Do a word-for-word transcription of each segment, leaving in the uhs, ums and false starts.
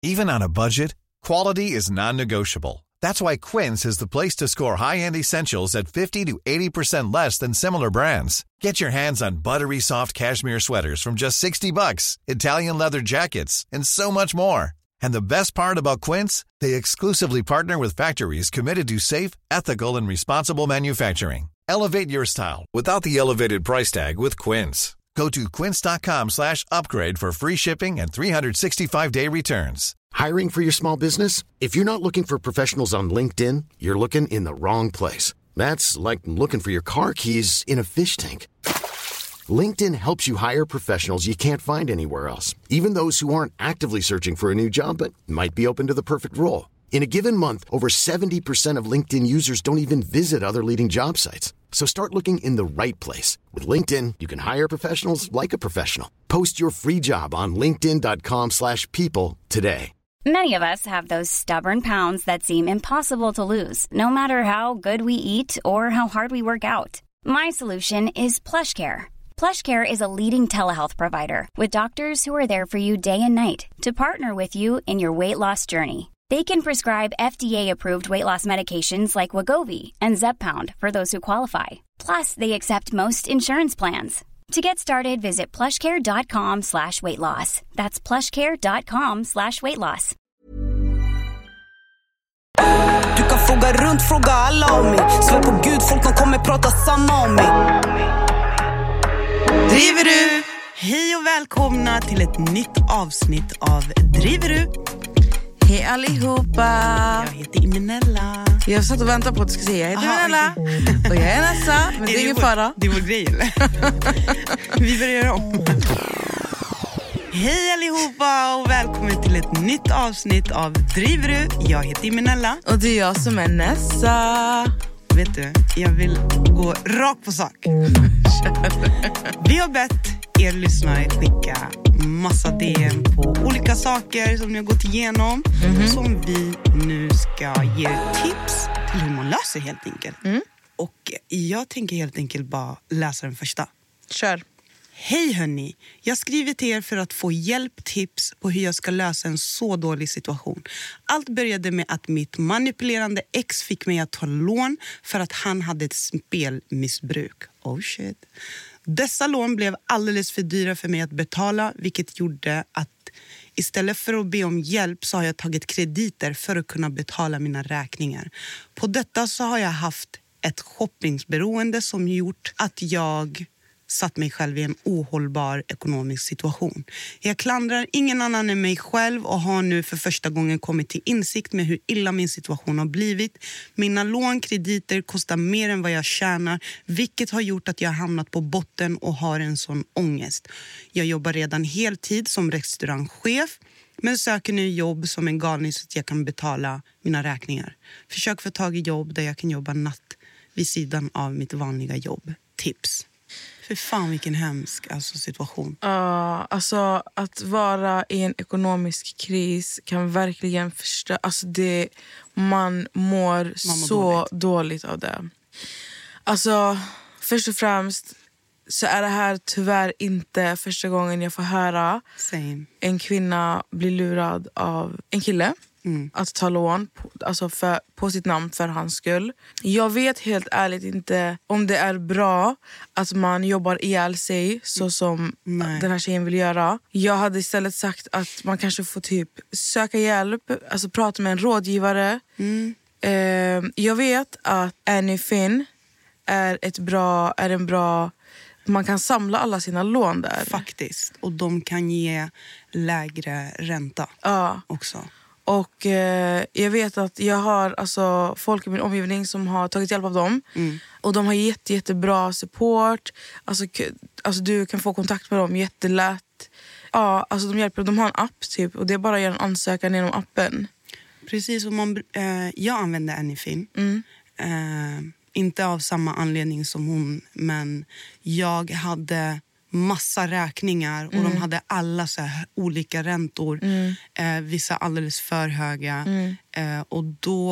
Even on a budget, quality is non-negotiable. That's why Quince is the place to score high-end essentials at fifty to eighty percent less than similar brands. Get your hands on buttery soft cashmere sweaters from just sixty bucks, Italian leather jackets, and so much more. And the best part about Quince, they exclusively partner with factories committed to safe, ethical, and responsible manufacturing. Elevate your style without the elevated price tag with Quince. Go to quince.com slash upgrade for free shipping and three sixty-five day returns. Hiring for your small business? If you're not looking for professionals on LinkedIn, you're looking in the wrong place. That's like looking for your car keys in a fish tank. LinkedIn helps you hire professionals you can't find anywhere else, even those who aren't actively searching for a new job but might be open to the perfect role. In a given month, over seventy percent of LinkedIn users don't even visit other leading job sites. So start looking in the right place. With LinkedIn, you can hire professionals like a professional. Post your free job on linkedin.com slash people today. Many of us have those stubborn pounds that seem impossible to lose, no matter how good we eat or how hard we work out. My solution is PlushCare. PlushCare is a leading telehealth provider with doctors who are there for you day and night to partner with you in your weight loss journey. They can prescribe F D A-approved weight loss medications like Wegovy and Zepbound for those who qualify. Plus, they accept most insurance plans. To get started, visit plushcare.com slash weight loss. That's plushcare.com slash weight loss. Du kan fråga runt, fråga alla om mig. Svär på Gud, folk de kommer prata samma om mig. Driver du? Hej och välkomna till ett nytt avsnitt av Driver du? Hej allihopa. Jag heter Imenella. Jag satt och väntade på att du skulle säga jag heter Imenella. Och jag är Nessa, men det är ingen fara. Det är vår grej, eller? Vi börjar om. Hej allihopa och välkommen till ett nytt avsnitt av Driver du? Jag heter Imenella. Och det är jag som är Nessa. Vet du, jag vill gå rakt på sak. Vi har bett er lyssnare skicka massa D M på olika saker som ni har gått igenom. Mm-hmm. Som vi nu ska ge tips till hur man löser helt enkelt. Mm. Och jag tänker helt enkelt bara läsa den första. Kör. Hej hörni, jag skriver till er för att få hjälp, tips på hur jag ska lösa en så dålig situation. Allt började med att mitt manipulerande ex fick mig att ta lån för att han hade ett spelmissbruk. Oh shit. Dessa lån blev alldeles för dyra för mig att betala, vilket gjorde att istället för att be om hjälp så har jag tagit krediter för att kunna betala mina räkningar. På detta så har jag haft ett shoppingberoende som gjort att jag satt mig själv i en ohållbar ekonomisk situation. Jag klandrar ingen annan än mig själv och har nu för första gången kommit till insikt med hur illa min situation har blivit. Mina lånkrediter kostar mer än vad jag tjänar, vilket har gjort att jag har hamnat på botten och har en sån ångest. Jag jobbar redan heltid som restaurangchef, men söker nu jobb som en galning så att jag kan betala mina räkningar. Försök få tag i jobb där jag kan jobba natt vid sidan av mitt vanliga jobb. Tips. För fan vilken hemsk alltså, situation. Ja, uh, alltså att vara i en ekonomisk kris kan verkligen förstöra. Alltså det, man mår, man mår så dåligt. dåligt av det. Alltså först och främst så är det här tyvärr inte första gången jag får höra Same. en kvinna bli lurad av en kille. Mm. Att ta lån på, alltså för, på sitt namn för hans skull. Jag vet helt ärligt inte om det är bra att man jobbar ihjäl sig så som Nej. den här tjejen vill göra. Jag hade istället sagt att man kanske får typ söka hjälp, alltså prata med en rådgivare. Mm. Eh, jag vet att Anyfin är ett bra, är en bra, man kan samla alla sina lån där. Faktiskt, och de kan ge lägre ränta ja. också. Och eh, jag vet att jag har alltså, folk i min omgivning som har tagit hjälp av dem. Mm. Och de har jätte, jättebra support. Alltså, k- alltså du kan få kontakt med dem jättelätt. Ja, alltså de hjälper. De har en app typ. Och det är bara att göra en ansökan genom appen. Precis, och man, eh, jag använder Anyfin. Mm. Eh, inte av samma anledning som hon. Men jag hade massa räkningar och mm. de hade alla så här olika räntor. Mm. Eh, vissa alldeles för höga. Mm. Eh, och då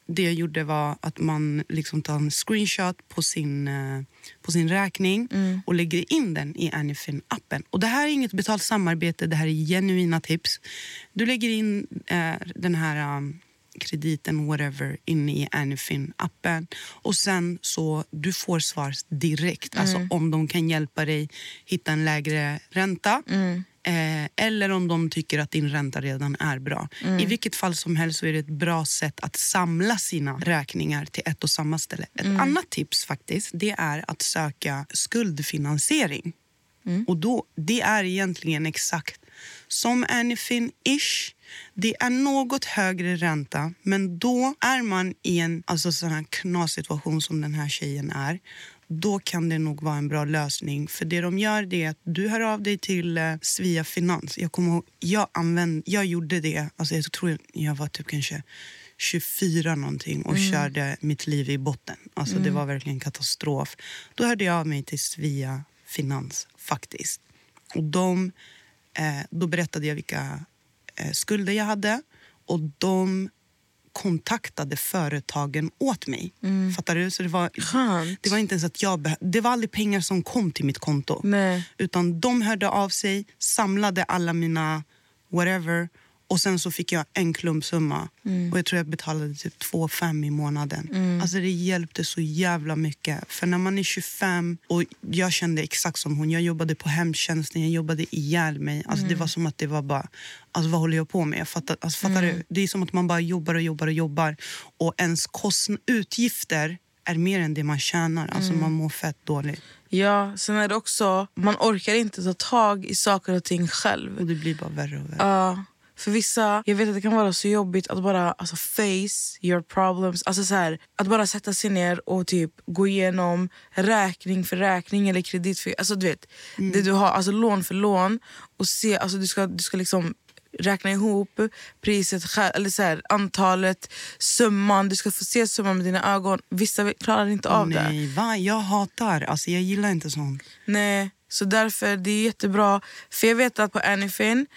det jag gjorde var att man liksom tar en screenshot på sin, eh, på sin räkning mm. och lägger in den i Anyfin-appen. Och det här är inget betalt samarbete, det här är genuina tips. Du lägger in eh, den här um, krediten, whatever, in i Anyfin-appen. Och sen så du får svar direkt. Mm. Alltså om de kan hjälpa dig hitta en lägre ränta. Mm. Eh, eller om de tycker att din ränta redan är bra. Mm. I vilket fall som helst så är det ett bra sätt att samla sina räkningar till ett och samma ställe. Ett mm. annat tips faktiskt, det är att söka skuldfinansiering. Mm. Och då, det är egentligen exakt som Anyfin-ish. Det är något högre ränta, men då är man i en alltså sån här knassituation som den här tjejen är. Då kan det nog vara en bra lösning. För det de gör det är att du hör av dig till eh, Svea Finans. Jag kommer ihåg, jag, använd, jag gjorde det. Alltså jag tror jag var typ kanske tjugofyra någonting och mm. körde mitt liv i botten. Alltså mm. det var verkligen katastrof. Då hörde jag av mig till Svea Finans faktiskt. Och de, eh, då berättade jag vilka eh, skulder jag hade. Och de kontaktade företagen åt mig. Mm. Fattar du? Så det var, det var inte ens att jag behövde. Det var aldrig pengar som kom till mitt konto. Nej. Utan de hörde av sig, samlade alla mina whatever. Och sen så fick jag en klumpsumma. Mm. Och jag tror jag betalade typ två fem i månaden. Mm. Alltså det hjälpte så jävla mycket. För när man är tjugofem och jag kände exakt som hon. Jag jobbade på hemtjänsten, jag jobbade ihjäl mig. Alltså mm. det var som att det var bara, alltså vad håller jag på med? Jag fattar, alltså, fattar mm. du? Det är som att man bara jobbar och jobbar och jobbar. Och ens kostnader, utgifter är mer än det man tjänar. Alltså mm. man mår fett dåligt. Ja, sen är det också, man orkar inte ta tag i saker och ting själv. Och det blir bara värre och värre. Ja. Uh. För vissa, jag vet att det kan vara så jobbigt att bara alltså, face your problems. Alltså så här, att bara sätta sig ner och typ gå igenom räkning för räkning eller kredit för, alltså du vet, mm. det du har, alltså lån för lån och se, alltså du ska, du ska liksom räkna ihop priset själv, eller så här, antalet, summan, du ska få se summan med dina ögon. Vissa klarar inte av Nej, det. Nej, va? Jag hatar, alltså jag gillar inte sånt. Nej, så därför det är jättebra. För jag vet att på Anyfin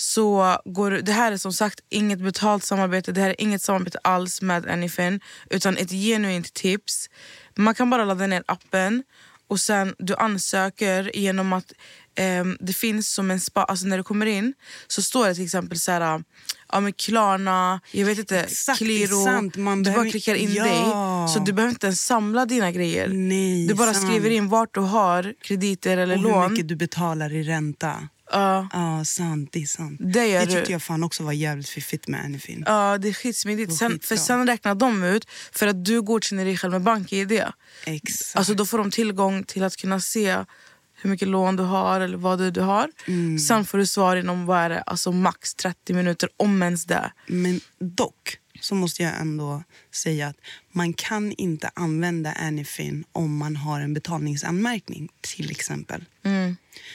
så går det här är som sagt inget betalt samarbete. Det här är inget samarbete alls med Anyfin, utan ett genuint tips. Man kan bara ladda ner appen och sen du ansöker genom att eh, det finns som en spa, alltså när du kommer in så står det till exempel så här, ja men Klarna, jag vet inte, exakt, Qliro, sant, man du behöver, bara klickar in ja. dig så du behöver inte ens samla dina grejer. Nej, du bara sant. skriver in vart du har krediter eller och lån. hur mycket du betalar i ränta. Ja, uh. uh, sant, det är sant. Det, det tyckte du. jag fan också var jävligt fiffigt med Anyfin. Ja, uh, det är skitsmidigt. Sen, för sen räknar de ut för att du godkänner dig själv med bank-I D. Exakt. Alltså då får de tillgång till att kunna se hur mycket lån du har eller vad du, du har. Mm. Sen får du svar inom vad är det, alltså max trettio minuter om ens det. Men dock så måste jag ändå säga att man kan inte använda Anyfin om man har en betalningsanmärkning till exempel. Mm.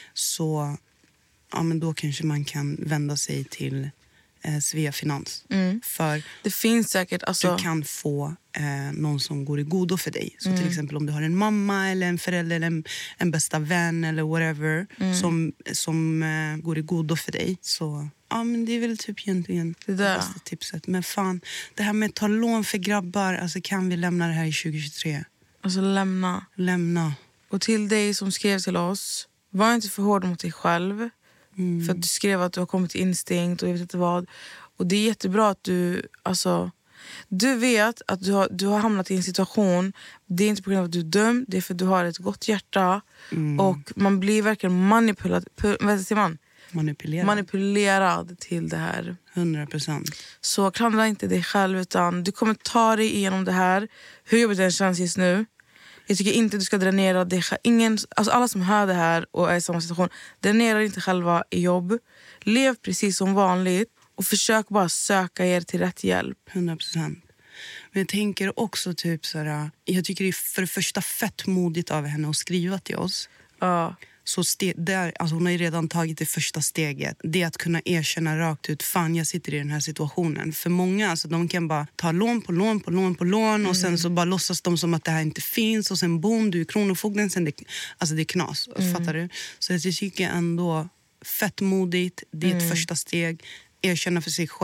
Så ja, men då kanske man kan vända sig till eh, Svea Finans. Mm. För det finns säkert, alltså... du kan få eh, någon som går i godo för dig. Så mm. till exempel om du har en mamma eller en förälder eller en, en bästa vän eller whatever mm. som, som eh, går i godo för dig. Så ja, men det är väl typ egentligen det, det bästa tipset. Men fan, det här med att ta lån för grabbar, alltså kan vi lämna det här i tjugo tjugotre? Alltså lämna. Lämna. Och till dig som skrev till oss, var inte för hård mot dig själv. Mm. För att du skrev att du har kommit till instinkt och jag vet inte vad. Och det är jättebra att du, alltså, du vet att du har, du har hamnat i en situation. Det är inte på grund av att du är dum, det är för att du har ett gott hjärta. Mm. Och man blir verkligen manipulerad, vad säger man? Manipulerad. manipulerad till det här. hundra procent. Så klandra inte dig själv, utan du kommer ta dig igenom det här. Hur jobbigt det känns just nu. Jag tycker inte du ska dränera dig själv. Ingen, alltså alla som hör det här och är i samma situation, dränera inte själva i jobb. Lev precis som vanligt och försök bara söka er till rätt hjälp. hundra procent. Men jag tänker också typ så här, jag tycker det är för det första fett modigt av henne att skriva till oss. Ja. Så ste- där, alltså hon har ju redan tagit det första steget. Det är att kunna erkänna rakt ut, fan jag sitter i den här situationen. För många, alltså, de kan bara ta lån på lån på lån på lån. Mm. Och sen så bara låtsas de som att det här inte finns. Och sen boom, du är kronofogden. Sen det, alltså det är knas, mm. fattar du? Så jag tycker ändå fett modigt. Det är ett mm. första steg. Erkänna för sig själv.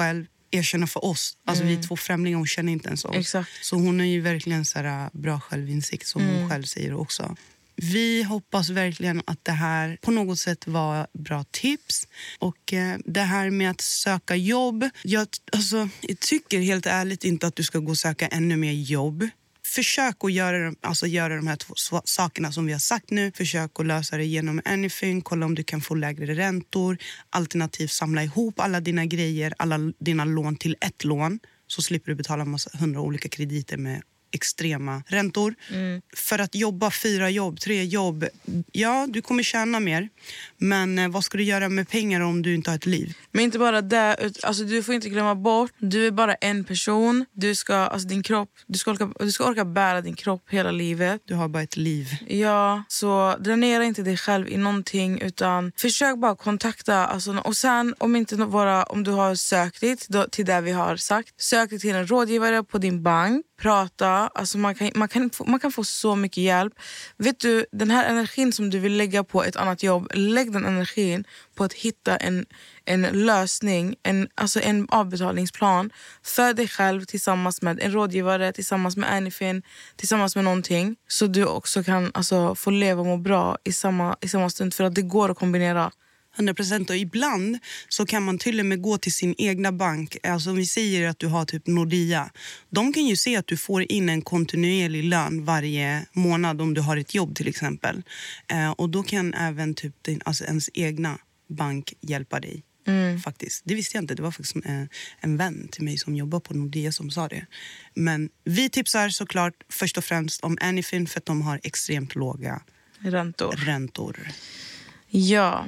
erkänna för oss. Alltså mm. vi är två främlingar, hon känner inte ens oss. Exakt. Så hon är ju verkligen så här bra självinsikt som mm. hon själv säger också. Vi hoppas verkligen att det här på något sätt var bra tips. Och eh, det här med att söka jobb. Jag, alltså, jag tycker helt ärligt inte att du ska gå och söka ännu mer jobb. Försök att göra, alltså göra de här två sakerna som vi har sagt nu. Försök att lösa det genom Anyfin. Kolla om du kan få lägre räntor. Alternativt samla ihop alla dina grejer. Alla dina lån till ett lån. Så slipper du betala massa, hundra olika krediter med extrema räntor. Mm. För att jobba fyra jobb, tre jobb. Ja, du kommer tjäna mer. Men eh, vad ska du göra med pengar om du inte har ett liv? Men inte bara det. Alltså, du får inte glömma bort. Du är bara en person. Du ska, alltså, din kropp, du ska, orka, du ska orka bära din kropp hela livet. Du har bara ett liv. Ja, så dränera inte dig själv i någonting. Utan försök bara kontakta. Alltså, och sen, om, inte vara, om du har sökt dig till, till det vi har sagt. Sök dig till en rådgivare på din bank. Prata, alltså man kan, man, kan få, man kan få så mycket hjälp. Vet du, den här energin som du vill lägga på ett annat jobb, lägg den energin på att hitta en, en lösning, en, alltså en avbetalningsplan för dig själv tillsammans med en rådgivare, tillsammans med Anyfin, tillsammans med någonting. Så du också kan alltså, få leva och må bra i samma, i samma stund, för att det går att kombinera. hundra procent. Och ibland så kan man till och med gå till sin egna bank. Alltså om vi säger att du har typ Nordea. De kan ju se att du får in en kontinuerlig lön varje månad om du har ett jobb till exempel. Eh, och då kan även typ din, alltså ens egna bank hjälpa dig. Mm. Faktiskt. Det visste jag inte. Det var faktiskt en, en vän till mig som jobbar på Nordea som sa det. Men vi tipsar såklart först och främst om Anyfin för att de har extremt låga räntor. räntor. Ja.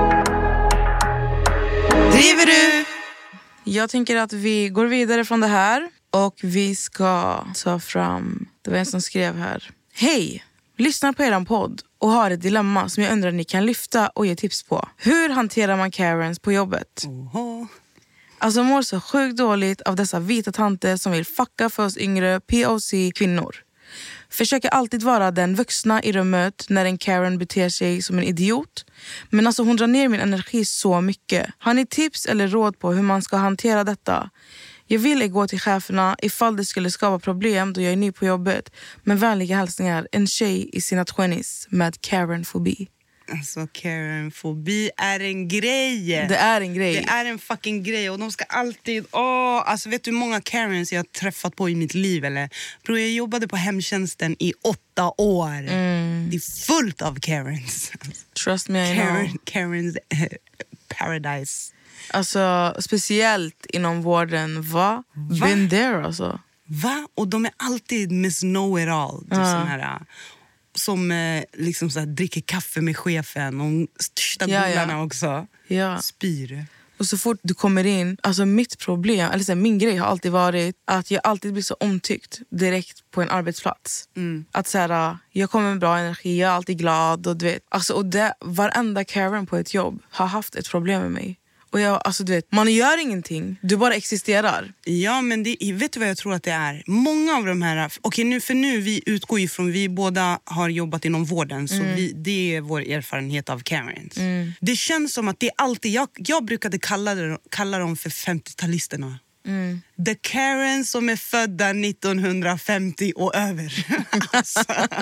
Driver du? Jag tänker att vi går vidare från det här. Och vi ska ta fram... Det var en som skrev här. Hej! Lyssnar på er podd och har ett dilemma som jag undrar ni kan lyfta och ge tips på. Hur hanterar man Karens på jobbet? Oho. Alltså mår så sjukt dåligt av dessa vita tanter som vill fucka för oss yngre P O C-kvinnor. Försöker alltid vara den vuxna i rummet när en Karen beter sig som en idiot. Men alltså hon drar ner min energi så mycket. Har ni tips eller råd på hur man ska hantera detta? Jag vill gå till cheferna ifall det skulle skapa problem då jag är ny på jobbet. Men vänliga hälsningar, en tjej i sina tjugoor med Karen-fobi. Alltså Karen-fobi är en grej. Det är en grej. Det är en fucking grej. Och de ska alltid... Åh, alltså vet du hur många Karens jag har träffat på i mitt liv? Eller? Bro, jag jobbade på hemtjänsten i åtta år. Mm. Det är fullt av Karens. Trust me, I Karen, know. Karens uh, paradise. Alltså, speciellt inom vården. Va? Va? Been there, alltså. Va? Och de är alltid Miss Know-it-all. Uh. Sån här... Som eh, liksom så här, dricker kaffe med chefen och största ja, bullarna ja. också. Ja. Spyr. Och så fort du kommer in, alltså mitt problem, eller så här, min grej har alltid varit att jag alltid blir så omtyckt direkt på en arbetsplats. Mm. Att så här, jag kommer med bra energi, jag är alltid glad och du vet. Alltså, och det, varenda Karen på ett jobb har haft ett problem med mig. Och jag, alltså du vet, man gör ingenting. Du bara existerar. Ja, men det, vet du vad jag tror att det är? Många av de här... Okej, nu, för nu vi utgår ju från... Vi båda har jobbat inom vården. Så mm. vi, det är vår erfarenhet av Karens. Mm. Det känns som att det är alltid... Jag, jag brukade kalla, det, kalla dem för femtiotalisterna. Mm. The Karens som är födda nittonhundrafemtio och över. Alltså,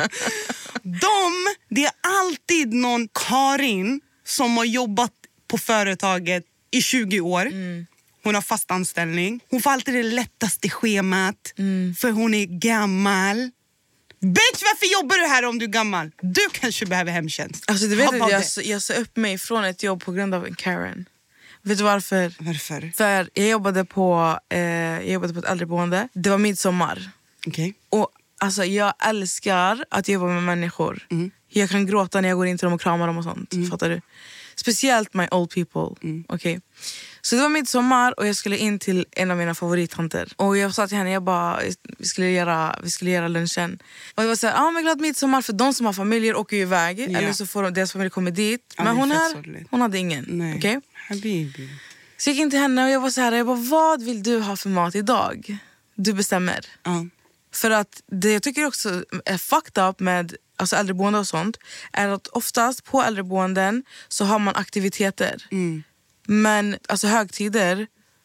de... Det är alltid någon Karin som har jobbat på företaget i tjugo år. Mm. Hon har fast anställning. Hon får alltid det lättaste schemat. Mm. För hon är gammal. Bitch, varför jobbar du här om du är gammal? Du kanske behöver hemtjänst. Alltså du vet att jag, jag sa upp mig från ett jobb på grund av en Karen. Vet du varför? Varför? För jag jobbade på, eh, jag jobbade på ett äldreboende. Det var midsommar. Okej. Okay. Och alltså, jag älskar att jobba med människor. Mm. Jag kan gråta när jag går in till dem och kramar dem och sånt. Mm. Fattar du? Speciellt my old people. Mm. Okay. Så det var midsommar och jag skulle in till en av mina favorittanter. Och jag sa till henne, jag bara, vi skulle göra, vi skulle göra lunchen. Och jag var såhär, ja ah, men glad midsommar. För de som har familjer åker ju iväg. Ja. Eller så får de, deras familj komma dit. Men hon, här, hon hade ingen. Okay? Habibi. Så jag gick in till henne och jag var så här, jag bara, vad vill du ha för mat idag? Du bestämmer. Uh. För att det jag tycker också är fucked up med alltså äldreboende och sånt, är att oftast på äldreboenden så har man aktiviteter. Mm. Men alltså högtider,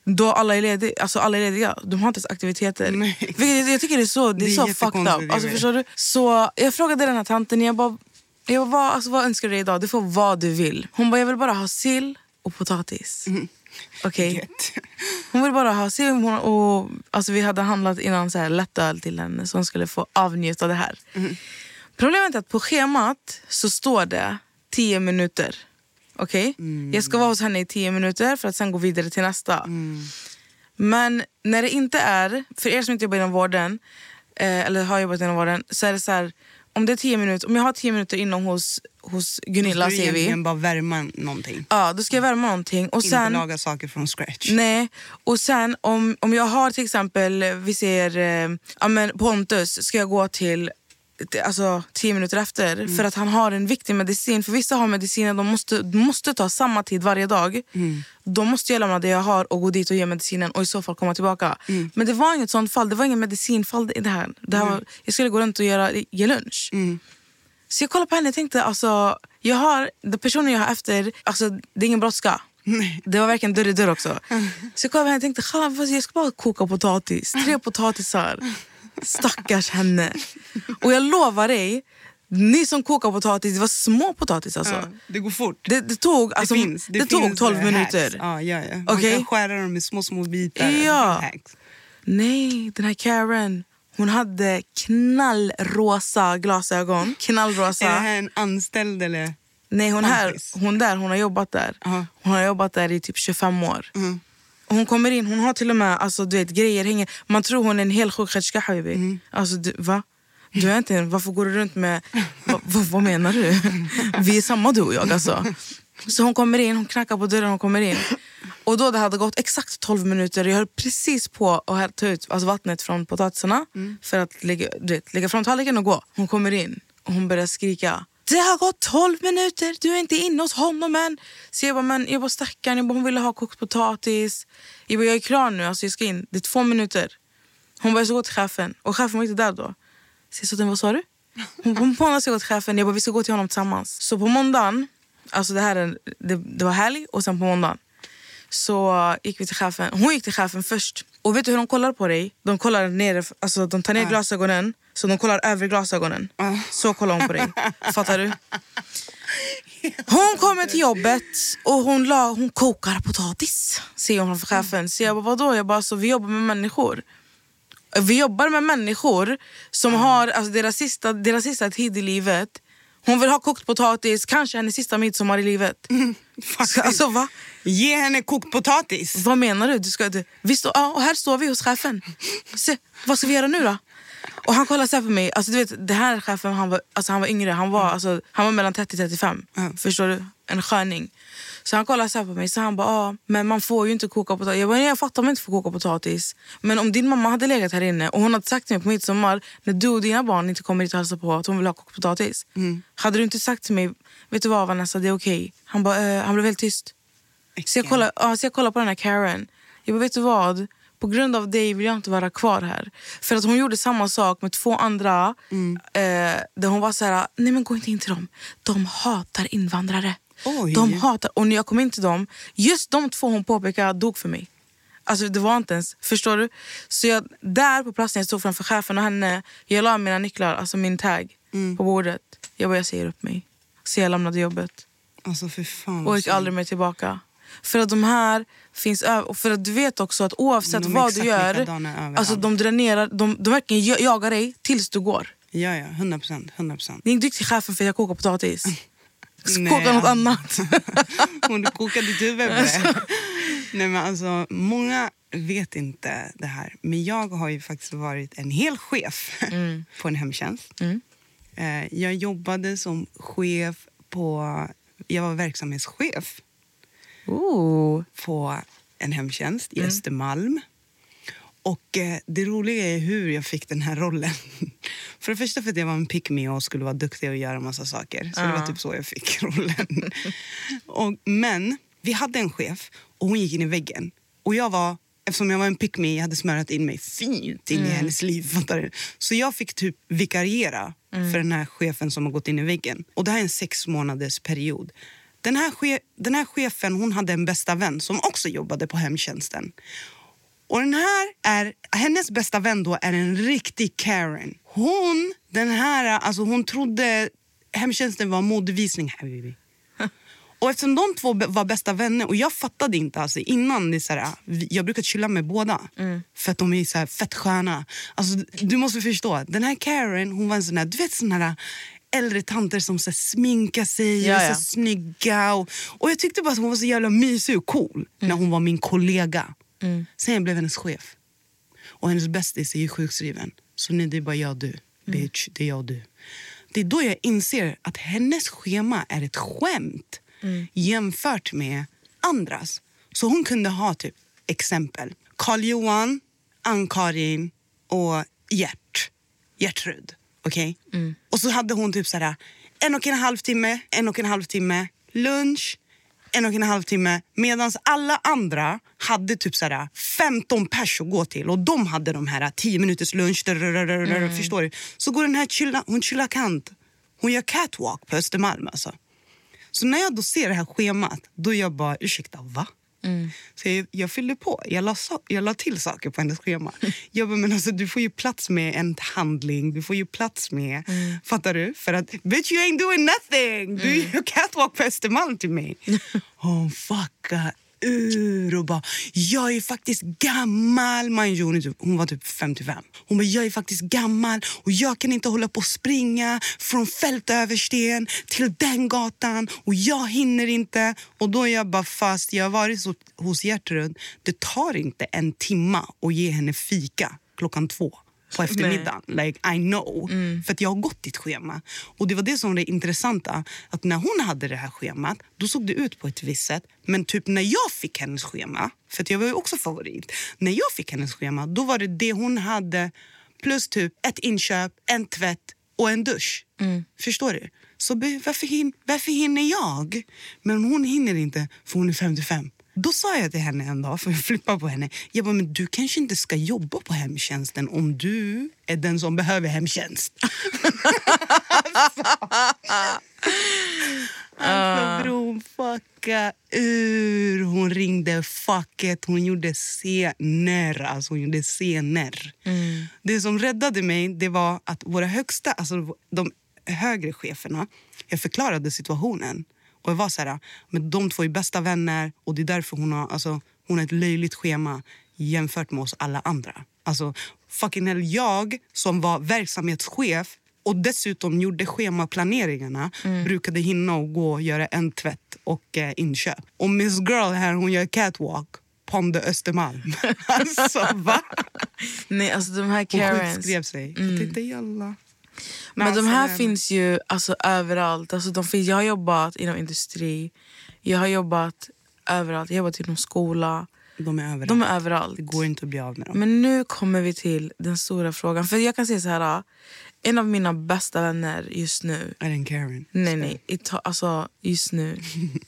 då alla är lediga, alltså alla är lediga. De har inte ens aktiviteter. Nej. Vilket jag tycker det är så, det är, det är så fucked up. Alltså, förstår du? Så jag frågade den här tanten, jag bara, jag bara alltså, vad önskar du dig idag? Du får vad du vill. Hon bara, jag vill bara ha sill och potatis. Mm. Okej. Okay. Hon vill bara ha sill och, och alltså, vi hade handlat innan så här lättöl till henne så hon skulle få avnjuta det här. Mm. Problemet är att på schemat så står det tio minuter. Okej? Okay? Mm. Jag ska vara hos henne i tio minuter för att sen gå vidare till nästa. Mm. Men när det inte är, för er som inte jobbar inom vården eh, eller har jobbat inom vården, så är det så här, om det är tio minuter, om jag har tio minuter inom hos, hos Gunilla, säger vi. Då bara värma någonting. Ja, då ska jag värma någonting. Och sen, inte laga saker från scratch. Nej, och sen om, om jag har till exempel, vi ser eh, ja, men Pontus, ska jag gå till alltså tio minuter efter mm. för att han har en viktig medicin. För vissa har mediciner, de måste, de måste ta samma tid varje dag. Mm. De måste jag lämna det jag har och gå dit och ge medicinen och i så fall komma tillbaka. Mm. Men det var inget sånt fall, det var ingen medicinfall i det här. Det här mm. var, jag skulle gå runt och göra, ge lunch. Mm. Så jag kollade på henne och tänkte, alltså, jag har, den personen jag har efter, alltså det är ingen brådska. Nej. Det var verkligen dörr i dörr också. Mm. Så jag kollade på henne och tänkte, jag ska bara koka potatis. Tre potatisar. Stackars henne. Och jag lovar dig, ni som kokar potatis, det var små potatis alltså. Ja, det går fort. Det, det tog, alltså, det finns, det det tog tolv minuter. Ja, ja, ja. Man okay? kan skära dem i små, små bitar. Ja. Nej, den här Karen, hon hade knallrosa glasögon. Knallrosa. Är det här en anställd eller? Nej, hon, här, hon där, hon har jobbat där. Uh-huh. Hon har jobbat där i typ tjugofem år. Uh-huh. Hon kommer in, hon har till och med alltså, du vet, grejer hänger. Man tror hon är en hel sjuksköterska, habibi. Mm. Alltså, du, va? Du är inte, varför går du runt med... Va, va, vad menar du? Vi är samma du och jag, alltså. Så hon kommer in, hon knackar på dörren, hon kommer in. Och då det hade gått exakt tolv minuter. Jag höll precis på att ta ut alltså, vattnet från potatisarna. Mm. För att lägga, du vet, lägga från tallriken och gå. Hon kommer in och hon börjar skrika. Det har gått tolv minuter, du är inte inne hos honom än. Så jag bara, men jag bara stackarn, jag bara, hon ville ha kokt potatis. Jag bara, jag är klar nu, alltså jag ska in. Det är två minuter. Hon bara, jag ska gå till chefen. Och chefen var inte där då. Så jag sa, vad sa du? Hon bara, på måndag ska jag gå till chefen. Jag bara, vi ska gå till honom tillsammans. Så på måndagen, alltså det här är, det, det var helg och sen på måndagen. Så gick vi till chefen. Hon gick till chefen först. Och vet du hur de kollar på dig? De kollar ner, alltså de tar ner uh. glasögonen. Så de kollar över glasögonen. Uh. Så kollar hon på dig. Fattar du? Hon kommer till jobbet och hon, la, hon kokar potatis. Säger hon framför chefen. Så jag bara, vadå? Jag bara, så vi jobbar med människor. Vi jobbar med människor som uh. har alltså, deras, sista, deras sista tid i livet. Hon vill ha kokt potatis, kanske hennes sista midsommar i livet. Mm, så, alltså, va? Ge henne kokt potatis. Vad menar du? du, ska, du vi stå, ja, och här står vi hos chefen. Se, vad ska vi göra nu då? Och han kollar så här på mig. Alltså, du vet, det här chefen, han var, alltså, han var yngre. Han var, alltså, han var mellan trettio till trettiofem. Mm. Förstår du? En sköning. Så han kollar så här på mig. Så han bara, ja, men man får ju inte koka potatis. Jag bara, jag fattar om man inte får koka potatis. Men om din mamma hade legat här inne och hon hade sagt till mig på midsommar, när du och dina barn inte kommer hit och hälsa på att hon vill ha kokt potatis. Mm. Hade du inte sagt till mig, vet du vad Vanessa, det är okej. Okay. Han bara, äh, han blev helt tyst. Så jag, kollar, ja, så jag kollar på den här Karen. Jag bara, vet du vad? På grund av dig vill jag inte vara kvar här. För att hon gjorde samma sak med två andra. Mm. Eh, där hon var så här, nej men gå inte in till dem. De hatar invandrare. Oj. De hatar, och när jag kom in till dem, just de två hon påpekade dog för mig. Alltså det var inte ens, förstår du? Så jag, där på platsen jag stod framför chefen och henne, jag la mina nycklar, alltså min tag mm. på bordet. Jag bara, jag säger upp mig. Så jag lämnade jobbet. Alltså för fan. Och gick aldrig mer tillbaka. För att de här finns över, och för att du vet också att oavsett vad du gör, alltså de dränerar, de, de verkligen jagar dig tills du går. Ja, ja, hundra procent, hundra procent. Det är inte duktig chefen för att jag kokar potatis. Koka något annat. Hon kokade du bättre. Nej men alltså, många vet inte det här. Men jag har ju faktiskt varit en hel chef mm. på en hemtjänst. Mm. Jag jobbade som chef på, jag var verksamhetschef. Ooh. På en hemtjänst i mm. Östermalm. Och eh, det roliga är hur jag fick den här rollen. För det första för att jag var en pick me och skulle vara duktig och göra massa saker. Så uh. det var typ så jag fick rollen. och, men vi hade en chef och hon gick in i väggen. Och jag var, eftersom jag var en pick me, jag hade smörat in mig fint in mm. i hennes liv. Fattar du? Så jag fick typ vikariera mm. för den här chefen som har gått in i väggen. Och det här är en sex månaders period. Den här, che- den här chefen, hon hade en bästa vän som också jobbade på hemtjänsten. Och den här är, hennes bästa vän då är en riktig Karen. Hon, den här, alltså hon trodde hemtjänsten var modevisning här, baby. Och eftersom de två var bästa vänner, och jag fattade inte alltså innan, det är så här, jag brukar chilla med båda. Mm. För att de är så här fett sköna. Alltså du måste förstå, den här Karen, hon var en sån här, du vet sån här äldre tanter som så här, sminkar sig ja, och så ja. snygga. Och, och jag tyckte bara att hon var så jävla mysig och cool mm. när hon var min kollega. Mm. Sen jag blev hennes chef. Och hennes bästis är ju sjukskriven. Så nu det är bara jag och du. Mm. Bitch, det är jag och du. Det är då jag inser att hennes schema är ett skämt. Mm. Jämfört med andras. Så hon kunde ha typ exempel Carl-Johan, Ann-Karin och Gert Gertrud, okej? Okay? Mm. Och så hade hon typ sådär en och en halv timme, en och en halv timme lunch, en och en halv timme, medan alla andra hade typ sådär femton pers att gå till, och de hade de här tio minuters lunch, mm. förstår du? Så går den här chilla, hon chillar kant, hon gör catwalk på Östermalm alltså. Så när jag då ser det här schemat, då jag bara, ursäkta, va? Mm. Så jag, jag fyllde på, jag la, jag la till saker på hennes schema. Jag bara, men alltså du får ju plats med en handling, du får ju plats med, mm. fattar du? För att, bitch you ain't doing nothing, du mm. gör catwalk på Östermalm till mig. Hon fuckar ur och bara, jag är faktiskt gammal. Man, hon var typ femtiofem. Hon bara, jag är faktiskt gammal och jag kan inte hålla på att springa från Fältöversten till den gatan och jag hinner inte. Och då är jag bara, fast jag har varit så, hos Gertrud, det tar inte en timma att ge henne fika klockan två på eftermiddagen. Like, I know. Mm. För att jag har gått ditt schema. Och det var det som var det intressanta. Att när hon hade det här schemat, då såg det ut på ett visst sätt. Men typ när jag fick hennes schema, för att jag var ju också favorit. När jag fick hennes schema, då var det det hon hade. Plus typ ett inköp, en tvätt och en dusch. Mm. Förstår du? Så varför, hin- varför hinner jag? Men hon hinner inte, för hon är femtiofem. Då sa jag till henne en dag, för jag flippade på henne. Jag bara, men du kanske inte ska jobba på hemtjänsten om du är den som behöver hemtjänst. alltså, alltså bro, fucka ur. Hon ringde fucket, hon gjorde scener. Alltså hon gjorde scener. Mm. Det som räddade mig, det var att våra högsta, alltså de högre cheferna, jag förklarade situationen. Och jag var så här, men de två är bästa vänner och det är därför hon har, alltså, hon har ett löjligt schema jämfört med oss alla andra. Alltså, fucking hell, jag som var verksamhetschef och dessutom gjorde schemaplaneringarna mm. brukade hinna och gå och göra en tvätt och eh, inköp. Och Miss Girl här, hon gör catwalk på Östermalm. Alltså, va? Nej, alltså de här Karens. Hon skrev sig. Mm. Jag tänkte, jalla. Men alltså, de här finns ju alltså, överallt. Alltså, de finns, jag har jobbat inom industri. Jag har jobbat överallt. Jag har jobbat inom skola. De är överallt. De är överallt. Det går inte att bli av med dem. Men nu kommer vi till den stora frågan. För jag kan säga så här. En av mina bästa vänner just nu. Är det en Karen? Nej, nej. Ita- alltså just nu.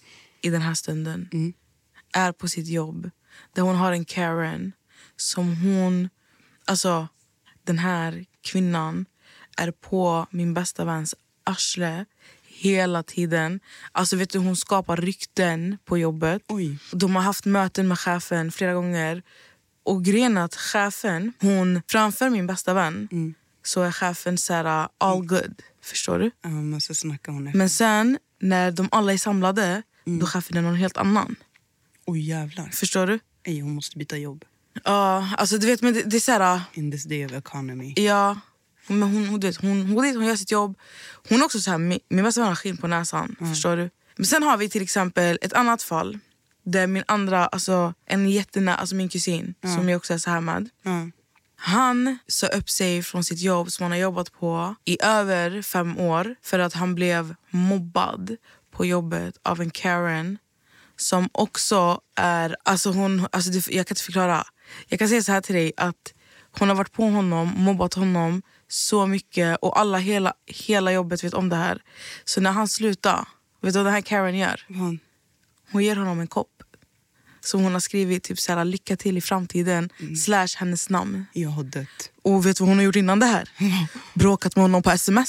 I den här stunden. Mm. Är på sitt jobb. Där hon har en Karen. Som hon... Alltså den här kvinnan är på min bästa väns arsle hela tiden. Alltså vet du, hon skapar rykten på jobbet. Oj. De har haft möten med chefen flera gånger. Och grejen är att chefen, hon framför min bästa vän mm. så är chefen så här, all good. Förstår du? Ja, man måste snacka hon. Men sen när de alla är samlade mm. då chefen är någon helt annan. Oj jävlar. Förstår du? Ej, hon måste byta jobb. Ja, uh, alltså du vet, men det, det är så här. In this day of economy. Ja. Men hon, hon, vet, hon, hon, hon gör sitt jobb. Hon är också så här, min, min bästa vän har skinn på näsan. Mm. Förstår du? Men sen har vi till exempel ett annat fall. Där min andra, alltså en jättenä, alltså min kusin. Mm. Som jag också är så här med. Mm. Han sa upp sig från sitt jobb som han har jobbat på i över fem år. För att han blev mobbad på jobbet av en Karen. Som också är, alltså hon, alltså det, jag kan inte förklara. Jag kan säga så här till dig att hon har varit på honom, mobbat honom så mycket. Och alla, hela, hela jobbet vet om det här. Så när han slutar, vet du vad den här Karen gör? Mm. Hon ger honom en kopp. Som hon har skrivit typ så här, lycka till i framtiden. Mm. Slash hennes namn. Jag har dött. Och vet du vad hon har gjort innan det här? Mm. Bråkat med honom på sms.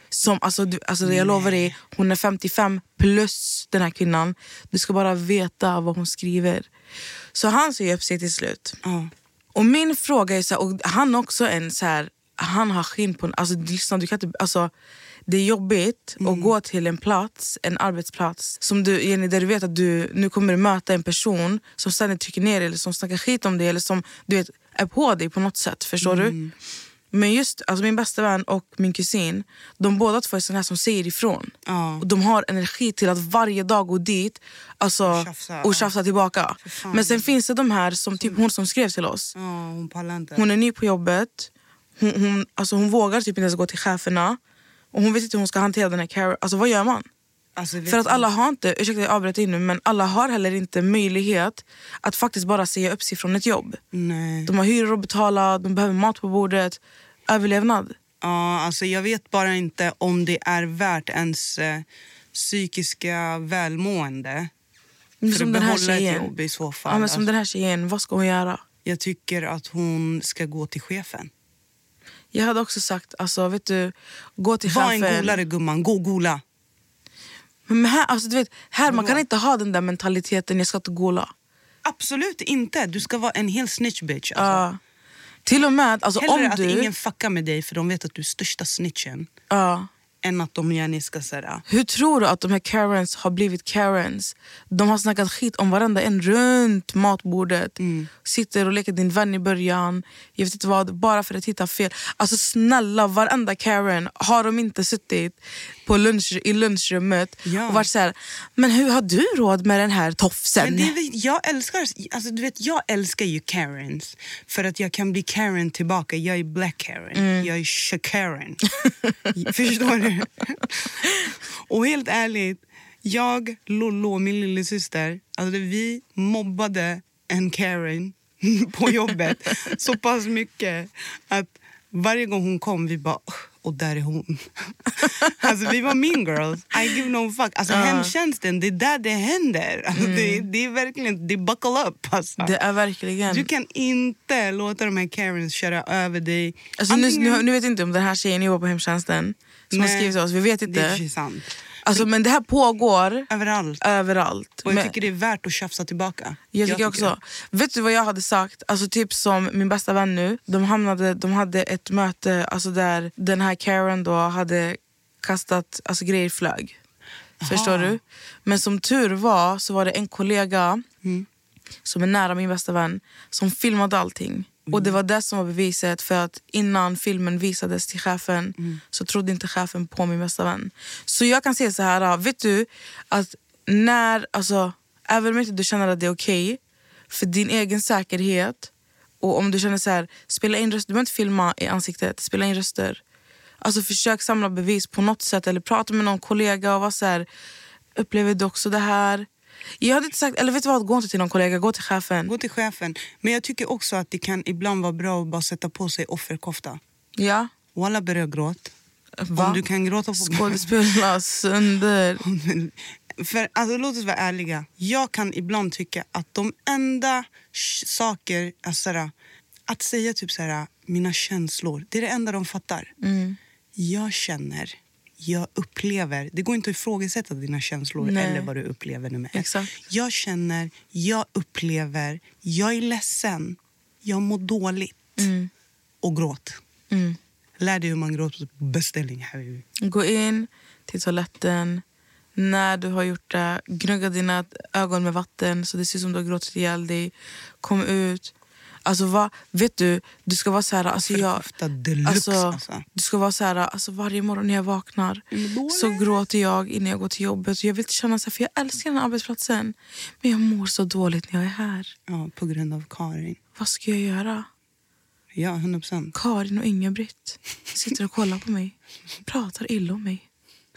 Som, alltså, du, alltså, jag lovar dig, hon är femtiofem plus den här kvinnan. Du ska bara veta vad hon skriver. Så han säger upp sig till slut. Uh. Och min fråga är så här, och han också en så här, han har skinn på, alltså, lyssna, du kan inte, alltså, det är jobbigt mm. att gå till en plats, en arbetsplats som du, Jenny, där du vet att du nu kommer att möta en person som ständigt trycker ner dig, eller som snackar skit om dig, eller som du vet, är på dig på något sätt, förstår mm. du? Men just alltså min bästa vän och min kusin, de båda två är sådana här som säger ifrån. Ja. Och de har energi till att varje dag gå dit alltså, tjafsa, och tjafsa tillbaka. Men sen finns det de här, som typ hon som skrev till oss. Ja, hon pallar inte. Hon är ny på jobbet. Hon, hon, alltså hon vågar typ inte ens gå till cheferna. Och hon vet inte hur hon ska hantera den här Karen. Alltså vad gör man? Alltså, För att alla har inte, ursäkta jag avbröt in nu, men alla har heller inte möjlighet att faktiskt bara säga upp sig från ett jobb. Nej. De har hyror att betala, de behöver mat på bordet, överlevnad. Ja, alltså jag vet bara inte om det är värt ens eh, psykiska välmående. Men för som att den här behålla ett tjejen. jobb i så fall. Ja, men som alltså, den här tjejen, vad ska hon göra? jag tycker att hon ska gå till chefen. Jag hade också sagt, alltså vet du, gå till Var chefen. en golare gumman, gå gola. Men här, alltså du vet, här man kan inte ha den där mentaliteten, jag ska inte gola. Absolut inte, du ska vara en hel snitch bitch. Alltså. Ja. Till och med, alltså Hellre om att du... ingen fuckar med dig för de vet att du är största snitchen. Ja. Än att de gärna ska säga. Hur tror du att de här Karens har blivit Karens? De har snackat skit om varenda en runt matbordet. Mm. Sitter och leker din vän i början. Jag vet inte vad, bara för att hitta fel. Alltså snälla, varenda Karen har de inte suttit på lunch, i lunchrummet ja. och varit så här, men hur har du råd med den här tofsen? Men det är, jag älskar, alltså du vet, jag älskar ju Karens. För att jag kan bli Karen tillbaka. Jag är Black Karen. Mm. Jag är Shakaren. Förstår du? Och helt ärligt, jag, Lollo och min lillasyster, alltså vi mobbade en Karen på jobbet så pass mycket att varje gång hon kom vi bara, och där är hon. Alltså vi var mean girls. I give no fuck. Alltså uh. hemtjänsten, det är där det händer. Alltså, mm. det, det är verkligen, det är buckle up. Alltså. Det är verkligen. Du kan inte låta de här Karens köra över dig. Alltså, Antingen... nu, nu vet inte om den här tjejen jobbar på hemtjänsten som har skrivit till oss, vi vet inte. Det är sant. Alltså, men det här pågår överallt. överallt. Och jag men... tycker det är värt att tjafsa tillbaka. Jag tycker, jag tycker också. Det. Vet du vad jag hade sagt? Alltså typ som min bästa vän nu. De, hamnade, de hade ett möte alltså där den här Karen då hade kastat alltså, grejer flög. Aha. Förstår du? Men som tur var så var det en kollega mm. som är nära min bästa vän som filmade allting. Mm. Och det var det som var beviset, för att innan filmen visades till chefen mm. så trodde inte chefen på min bästa vän. Så jag kan säga så här, vet du att när, alltså, även om inte du känner att det är okej okay, för din egen säkerhet, och om du känner så här, spela in röster, du behöver inte filma i ansiktet, spela in röster. Alltså försök samla bevis på något sätt, eller prata med någon kollega och vara så här, upplever du också det här? Jag hade inte sagt, eller vet du vad, gå inte till någon kollega, gå till chefen. Gå till chefen. Men jag tycker också att det kan ibland vara bra att bara sätta på sig offerkofta. Ja. Och alla börjar gråta. Om du kan gråta på... Skådespela sönder. För alltså, låt oss vara ärliga. Jag kan ibland tycka att de enda saker, alltså, att säga typ så här, mina känslor, det är det enda de fattar. Mm. Jag känner... Jag upplever, det går inte att ifrågasätta dina känslor. Nej. Eller vad du upplever nu med. Exakt. Jag känner, jag upplever, jag är ledsen, jag mår dåligt mm. och gråt. Mm. Lär dig hur man gråter på beställning här. Gå in till toaletten. När du har gjort det, gnugga dina ögon med vatten så det ser ut som du har gråtit ihjäl dig. Kom ut. Alltså vad, vet du, du ska vara så här, alltså jag, deluxe, alltså, alltså. du ska vara så här, alltså varje morgon när jag vaknar så gråter jag innan jag går till jobbet. Jag vill inte känna så här, för jag älskar den här arbetsplatsen, men jag mår så dåligt när jag är här. Ja, på grund av Karin. Vad ska jag göra? Ja, hundra procent. Karin och Inga-Britt sitter och kollar på mig, pratar illa om mig.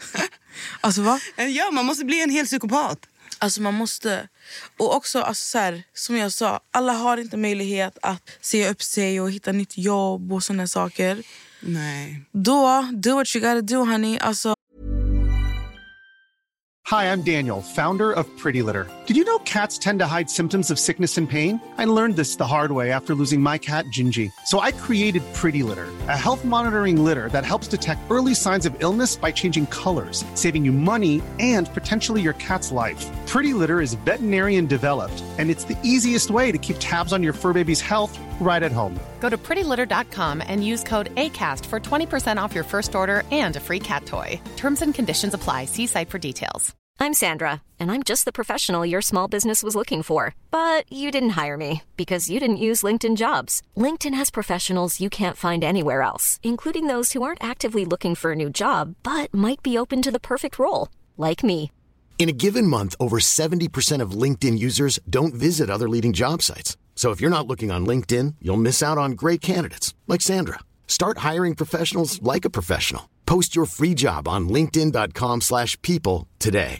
Alltså vad? Ja, man måste bli en hel psykopat. Alltså man måste. Och också alltså, så här, som jag sa, alla har inte möjlighet att se upp sig och hitta nytt jobb och såna saker. Nej. Då, do what you gotta do, honey. Alltså. Hi, I'm Daniel, founder of Pretty Litter. Did you know cats tend to hide symptoms of sickness and pain? I learned this the hard way after losing my cat, Gingy. So I created Pretty Litter, a health monitoring litter that helps detect early signs of illness by changing colors, saving you money and potentially your cat's life. Pretty Litter is veterinarian developed, and it's the easiest way to keep tabs on your fur baby's health right at home. Go to pretty litter dot com and use code ACAST for twenty percent off your first order and a free cat toy. Terms and conditions apply. See site for details. I'm Sandra, and I'm just the professional your small business was looking for. But you didn't hire me because you didn't use LinkedIn Jobs. LinkedIn has professionals you can't find anywhere else, including those who aren't actively looking for a new job, but might be open to the perfect role, like me. In a given month, over seventy percent of LinkedIn users don't visit other leading job sites. So if you're not looking on LinkedIn, you'll miss out on great candidates like Sandra. Start hiring professionals like a professional. Post your free job on linkedin dot com slash people today.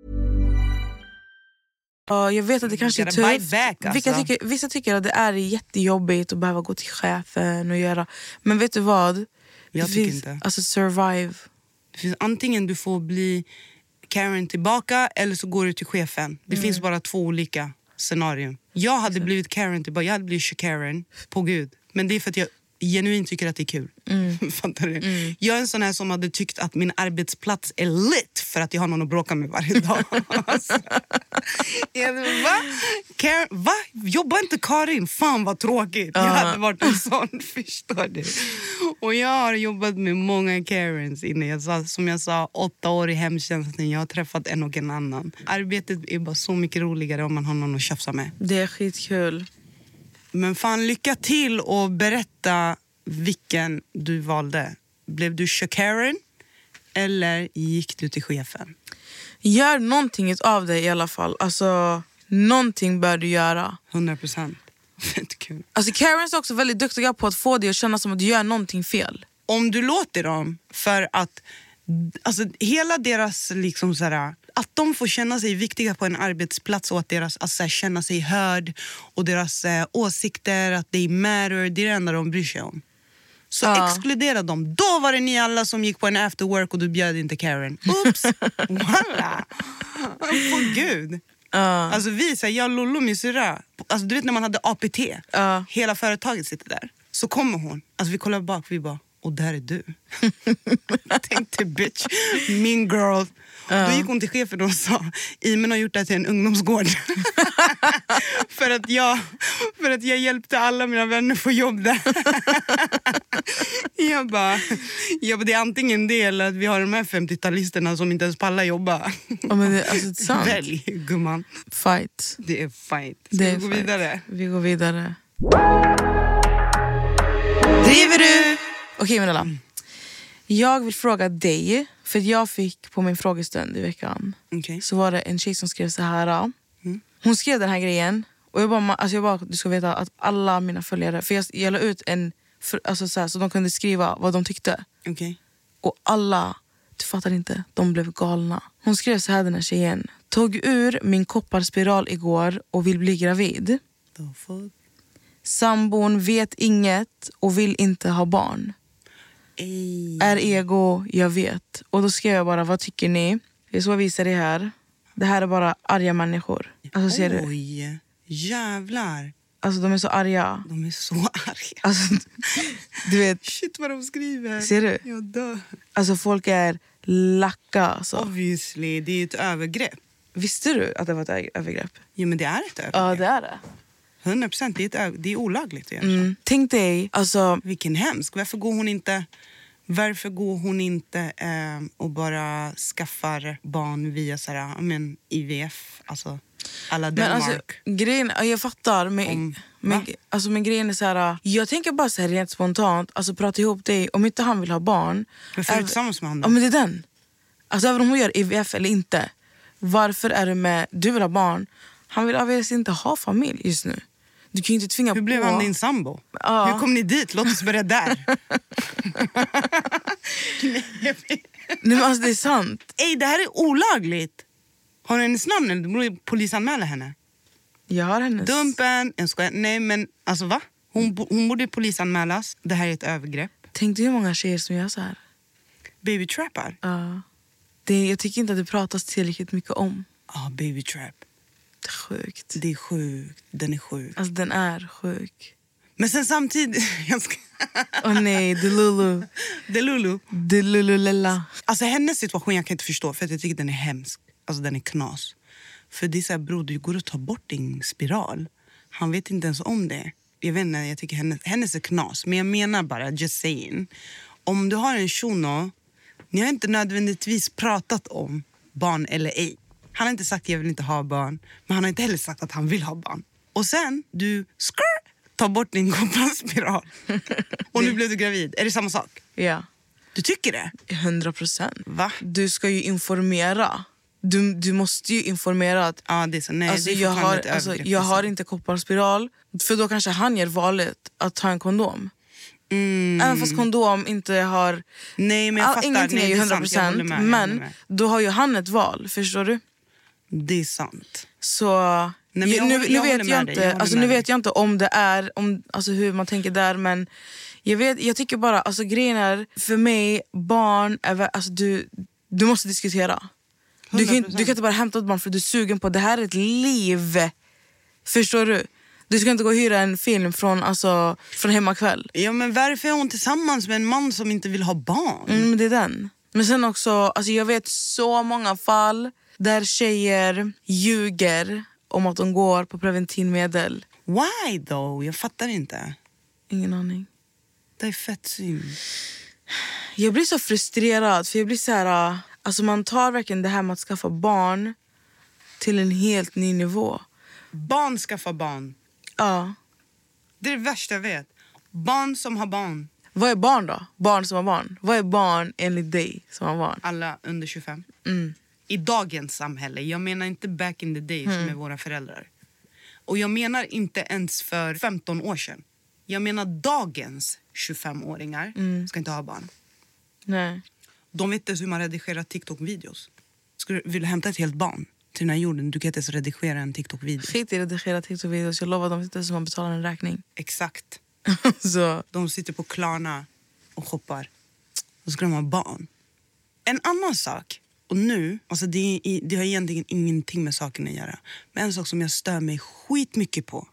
Ja, jag vet att det kanske är tufft. Back, alltså. Vilka tycker, vissa tycker att det är jättejobbigt att behöva gå till chefen och göra. Men vet du vad? Jag det tycker finns, inte. Alltså survive. Det finns antingen du får bli Karen tillbaka eller så går du till chefen. Det mm. finns bara två olika scenarion. Jag hade så. blivit Karen tillbaka. Jag hade blivit Karen på Gud. Men det är för att jag genuint tycker att det är kul. Mm. Fattar du? Mm. Jag är en sån här som hade tyckt att min arbetsplats är lit för att jag har någon att bråka med varje dag. Alltså. Jag, va? Karen, va? Jobbar inte Karin? Fan vad tråkigt. Uh. Jag hade varit en sån, förstår du? Och jag har jobbat med många Karens innan. Jag sa, som jag sa, åtta år i hemtjänsten. Jag har träffat en och en annan. Arbetet är bara så mycket roligare om man har någon att tjafsa med. Det är skitkul. Men fan, lycka till och berätta vilken du valde. Blev du Karen eller gick du till chefen? Gör någonting av det i alla fall. Alltså, någonting bör du göra. hundra procent. Fett kul. Alltså, Karens är också väldigt duktiga på att få dig att känna som att du gör någonting fel. Om du låter dem för att... Alltså, hela deras liksom så här, att de får känna sig viktiga på en arbetsplats och att deras alltså, känna sig hörd och deras eh, åsikter, att they matter, det är det enda de bryr sig om. Så ja. Exkludera dem. Då var det ni alla som gick på en after work och du bjöd inte Karen. Oops! Walla! Åh gud! Uh. Alltså vi, så här, jag Lollo, min syrra, alltså du vet när man hade A P T, uh. hela företaget sitter där. Så kommer hon, alltså vi kollar bak, vi bara, och där är du. Tänkte bitch, min girl. Uh. Då gick hon till chefen och sa, Imen har gjort det till en ungdomsgård. för, att jag, för att jag hjälpte alla mina vänner få jobb där. jag, bara, jag bara, det är antingen det eller att vi har de här femtio-talisterna som inte ens pallar jobba. Ja, men det, alltså, det är sant. Välj, gumman. Fight. Det är fight. Ska det vi är gå fight. vidare? Vi går vidare. Driver du? Okej, Manella. Mm. Jag vill fråga dig, för jag fick på min frågestund i veckan. Okay. Så var det en tjej som skrev så här. Mm. Hon skrev den här grejen. Och jag bara, alltså jag bara, du ska veta att alla mina följare, för jag, jag la ut en, för, alltså så, här, så de kunde skriva vad de tyckte. Okay. Och alla, du fattar inte, de blev galna. Hon skrev så här, den här tjejen. Tog ur min kopparspiral igår och vill bli gravid. Sambon vet inget och vill inte ha barn. Ej. Är ego, jag vet. Och då skrev jag bara, vad tycker ni? Det är så jag visar det här. Det här är bara arga människor. Alltså ser du? Oj, jävlar. Alltså de är så arga. De är så arga. Alltså, du vet. Shit vad de skriver. Ser du? Jag dör. Alltså folk är lacka. Alltså. Obviously, det är ett övergrepp. Visste du att det var ett övergrepp? Ja, men det är ett övergrepp. Ja, det är det. hundra procent, det är, ett ö- det är olagligt. Mm. Tänk dig, alltså... Vilken hemsk. Varför går hon inte... Varför går hon inte eh, och bara skaffar barn via så här, men, I V F? Alltså, alla Denmark. Men alltså, grejen, jag fattar. Men, Om, men, alltså, men grejen är så här... Jag tänker bara så här rent spontant. Alltså prata ihop dig. Om inte han vill ha barn... Varför är du tillsammans med honom? Ja, men det är den. Alltså även om hon gör I V F eller inte. Varför är du med... Du vill ha barn. Han vill obviously inte ha familj just nu. Du kan ju inte tvinga Hur på... blev han din sambo? Ja. Hur kom ni dit? Låt oss börja där. Nej, men alltså det är sant. Ej, det här är olagligt. Har du hennes namn eller borde polisanmäla henne? Jag har hennes... Dumpen, en skoja. Nej men alltså va? Hon, hon borde polisanmälas. Det här är ett övergrepp. Tänk dig hur många tjejer som gör så här. Babytrappar? Ja. Det, jag tycker inte att det pratas tillräckligt mycket om. Ja, ah, baby trap. Det är sjukt. Det är sjukt. Den är sjuk. Alltså den är sjuk. Men sen samtidigt... Åh oh, nej, Delulu. Delulu. Delululella. Alltså hennes situation jag kan inte förstå. För att jag tycker den är hemsk. Alltså den är knas. För det är så här, bror, du går och tar bort din spiral. Han vet inte ens om det. Jag vet inte, jag tycker hennes, hennes är knas. Men jag menar bara, just saying. Om du har en shuno, ni har inte nödvändigtvis pratat om barn eller ej. Han har inte sagt jag vill inte ha barn. Men han har inte heller sagt att han vill ha barn. Och sen, du skrr, tar bort din kopparspiral. Och nu blev du gravid. Är det samma sak? Ja. Du tycker det? hundra procent. Va? Du ska ju informera. Du, du måste ju informera att ja, det är så, nej, alltså, det är jag, har, alltså, jag har så. inte kopparspiral. För då kanske han gör valet att ta en kondom. Mm. Även fast kondom inte har... Nej, men jag all, fattar. ingenting Nej, är ju det är hundra sant. procent. Jag håller med, jag men håller med. då har ju han ett val, förstår du? Det är sant. Så nej, jag, nu, jag, nu jag vet jag inte, jag alltså, nu vet jag inte om det är om, alltså, hur man tänker där, men jag vet, jag tycker bara, alltså grejen är, för mig, barn är, alltså, du, du måste diskutera. Du kan, du kan inte bara hämta ett barn för du är sugen på det här är ett liv. Förstår du? Du ska inte gå och hyra en film från, alltså, från hemmakväll. Ja, men varför är hon tillsammans med en man som inte vill ha barn? Mm, men det är den. Men sen också, alltså, jag vet så många fall där tjejer ljuger om att de går på preventivmedel. Why though? Jag fattar inte. Ingen aning. Det är fett synd. Jag blir så frustrerad för jag blir så här, alltså man tar verkligen det här med att skaffa barn till en helt ny nivå. Barn skaffa barn. Ja. Det är det värsta jag vet. Barn som har barn. Vad är barn då? Barn som har barn. Vad är barn enligt dig som har barn? Alla under tjugofem. Mm. I dagens samhälle. Jag menar inte back in the days Mm. med våra föräldrar. Och jag menar inte ens för femton år sedan. Jag menar dagens tjugofemåringar Mm. ska inte ha barn. Nej. De vet inte hur man redigerar TikTok-videos. Skulle, vill du hämta ett helt barn till den här jorden? Du kan inte ens redigera en TikTok-video. Skit i redigera TikTok-videos. Jag lovar att de sitter som man betalar en räkning. Exakt. Så. De sitter på Klarna och shoppar. Då ska de ha barn. En annan sak. Och nu, alltså det, är, det har egentligen ingenting med saken att göra. Men en sak som jag stör mig skitmycket på.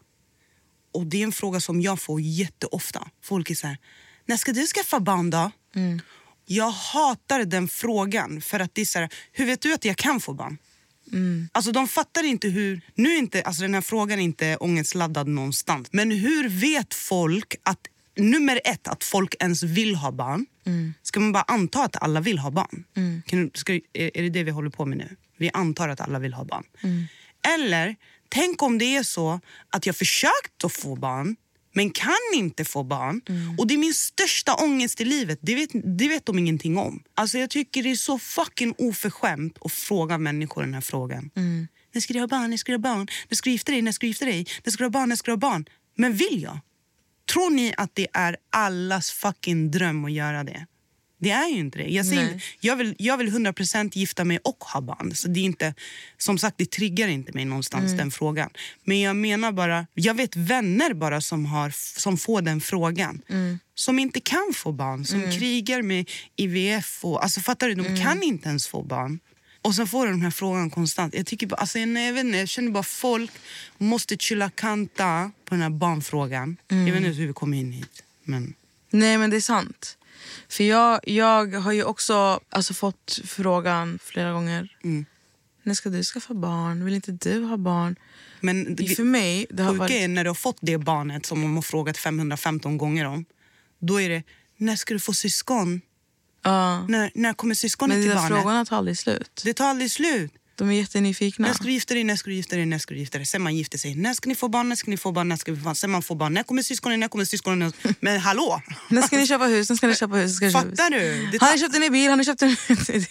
Och det är en fråga som jag får jätteofta. Folk är så här, när ska du skaffa barn då? Mm. Jag hatar den frågan. För att det är så här, hur vet du att jag kan få barn? Mm. Alltså de fattar inte hur, nu är inte, alltså den här frågan är inte ångestladdad någonstans. Men hur vet folk att, nummer ett, att folk ens vill ha barn? Mm. Ska man bara anta att alla vill ha barn? Mm. Kan, ska, är, är det det vi håller på med nu? Vi antar att alla vill ha barn. Mm. Eller, tänk om det är så att jag försökt att få barn men kan inte få barn. Mm. Och det är min största ångest i livet. Det vet, det vet de ingenting om. Alltså jag tycker det är så fucking oförskämt att fråga människor den här frågan. Mm. När ska du ha barn? När ska du ha barn? När ska du gifta dig? När ska du gifta dig? När ska du ha barn? När ska du ha barn? Men vill jag? Tror ni att det är allas fucking dröm att göra det? Det är ju inte det. Jag, säger, jag, vill, jag vill hundra procent gifta mig och ha barn. Så det är inte, som sagt, det triggar inte mig någonstans, mm. den frågan. Men jag menar bara, jag vet vänner bara som, har, som får den frågan. Mm. Som inte kan få barn. Som mm. krigar med I V F. Och, alltså fattar du, de mm. kan inte ens få barn. Och så får de den här frågan konstant. Jag tycker bara, alltså, jag, vet inte, jag känner bara folk måste chilla kanta på den här barnfrågan. Mm. Jag vet inte hur vi kommer in hit. Men... Nej, men det är sant. För jag, jag har ju också alltså, fått frågan flera gånger. Mm. När ska du skaffa barn? Vill inte du ha barn? Men det, för mig, det har varit... är när du har fått det barnet som man har frågat femhundrafemton gånger om. Då är det, när ska du få syskon? Uh. När, när kommer syskonet till barnet? Men de frågorna tar aldrig slut. Det tar aldrig slut. De är jättenyfikna. När ska du gifta dig, när ska du gifta dig, när ska du gifta dig? Sen man gifter sig. När ska ni få barn, när ska ni få barn, när ska vi få barn? Sen man får barn. När kommer syskonen, när kommer syskonen? Men hallå! När ska ni köpa hus, när ska ni köpa hus? Ska ni Fattar köpa hus? du? Tar... Har ni köpt en bil, har ni köpt en...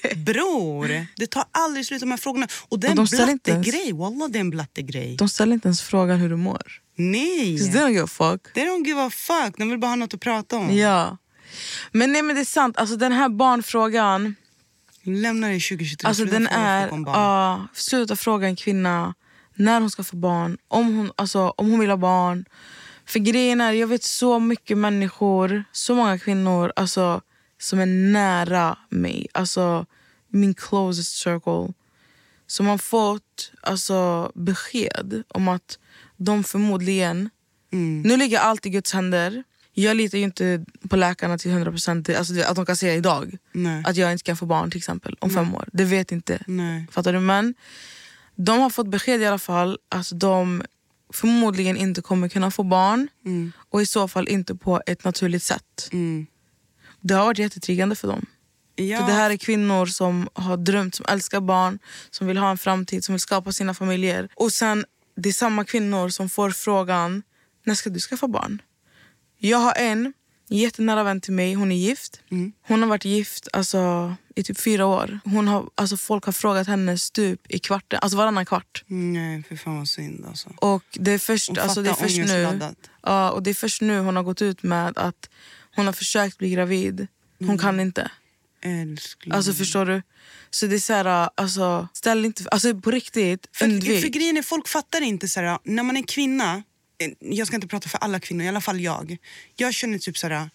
Bror, det tar aldrig slut de här frågorna. Och det är en de blatte ens... grej. Wallah, det är en blatte grej. De ställer inte ens frågan hur du mår. Nej. Because they don't give a fuck. They don't give a fuck. De vill bara ha något att prata om. Ja. Men nej, men det är sant. Alltså den här barnfrågan... Lämna det tjugo tjugotre. Alltså den är... Uh, sluta fråga en kvinna när hon ska få barn. Om hon, alltså, om hon vill ha barn. För grejen är, jag vet så mycket människor, så många kvinnor alltså, som är nära mig. Alltså min closest circle som har fått alltså, besked om att de förmodligen... Mm. Nu ligger allt i Guds händer. Jag litar ju inte på läkarna till hundra procent. Alltså att de kan säga idag Nej. att jag inte kan få barn till exempel om Nej. fem år. Det vet inte. Nej. Fattar du? Men de har fått besked i alla fall att de förmodligen inte kommer kunna få barn. Mm. Och i så fall inte på ett naturligt sätt. Mm. Det har varit jättetriggande för dem. Ja. För det här är kvinnor som har drömt, som älskar barn, som vill ha en framtid, som vill skapa sina familjer. Och sen, det är samma kvinnor som får frågan, när ska du skaffa barn? Jag har en jättenära vän till mig, hon är gift. Mm. Hon har varit gift alltså, i typ fyra år. Hon har, alltså, folk har frågat henne stup i kvarten, alltså varannan kvart. Mm, nej, för fan vad synd alltså. Och det är först, alltså, det är först nu, ja, och det är först nu hon har gått ut med att hon har försökt bli gravid. Hon mm. kan inte. Älskling. Alltså förstår du? Så det är så här, alltså ställ inte, alltså på riktigt undvik. För, för grejen är, folk fattar inte så här, när man är kvinna, jag ska inte prata för alla kvinnor, i alla fall jag. Jag känner typ så här,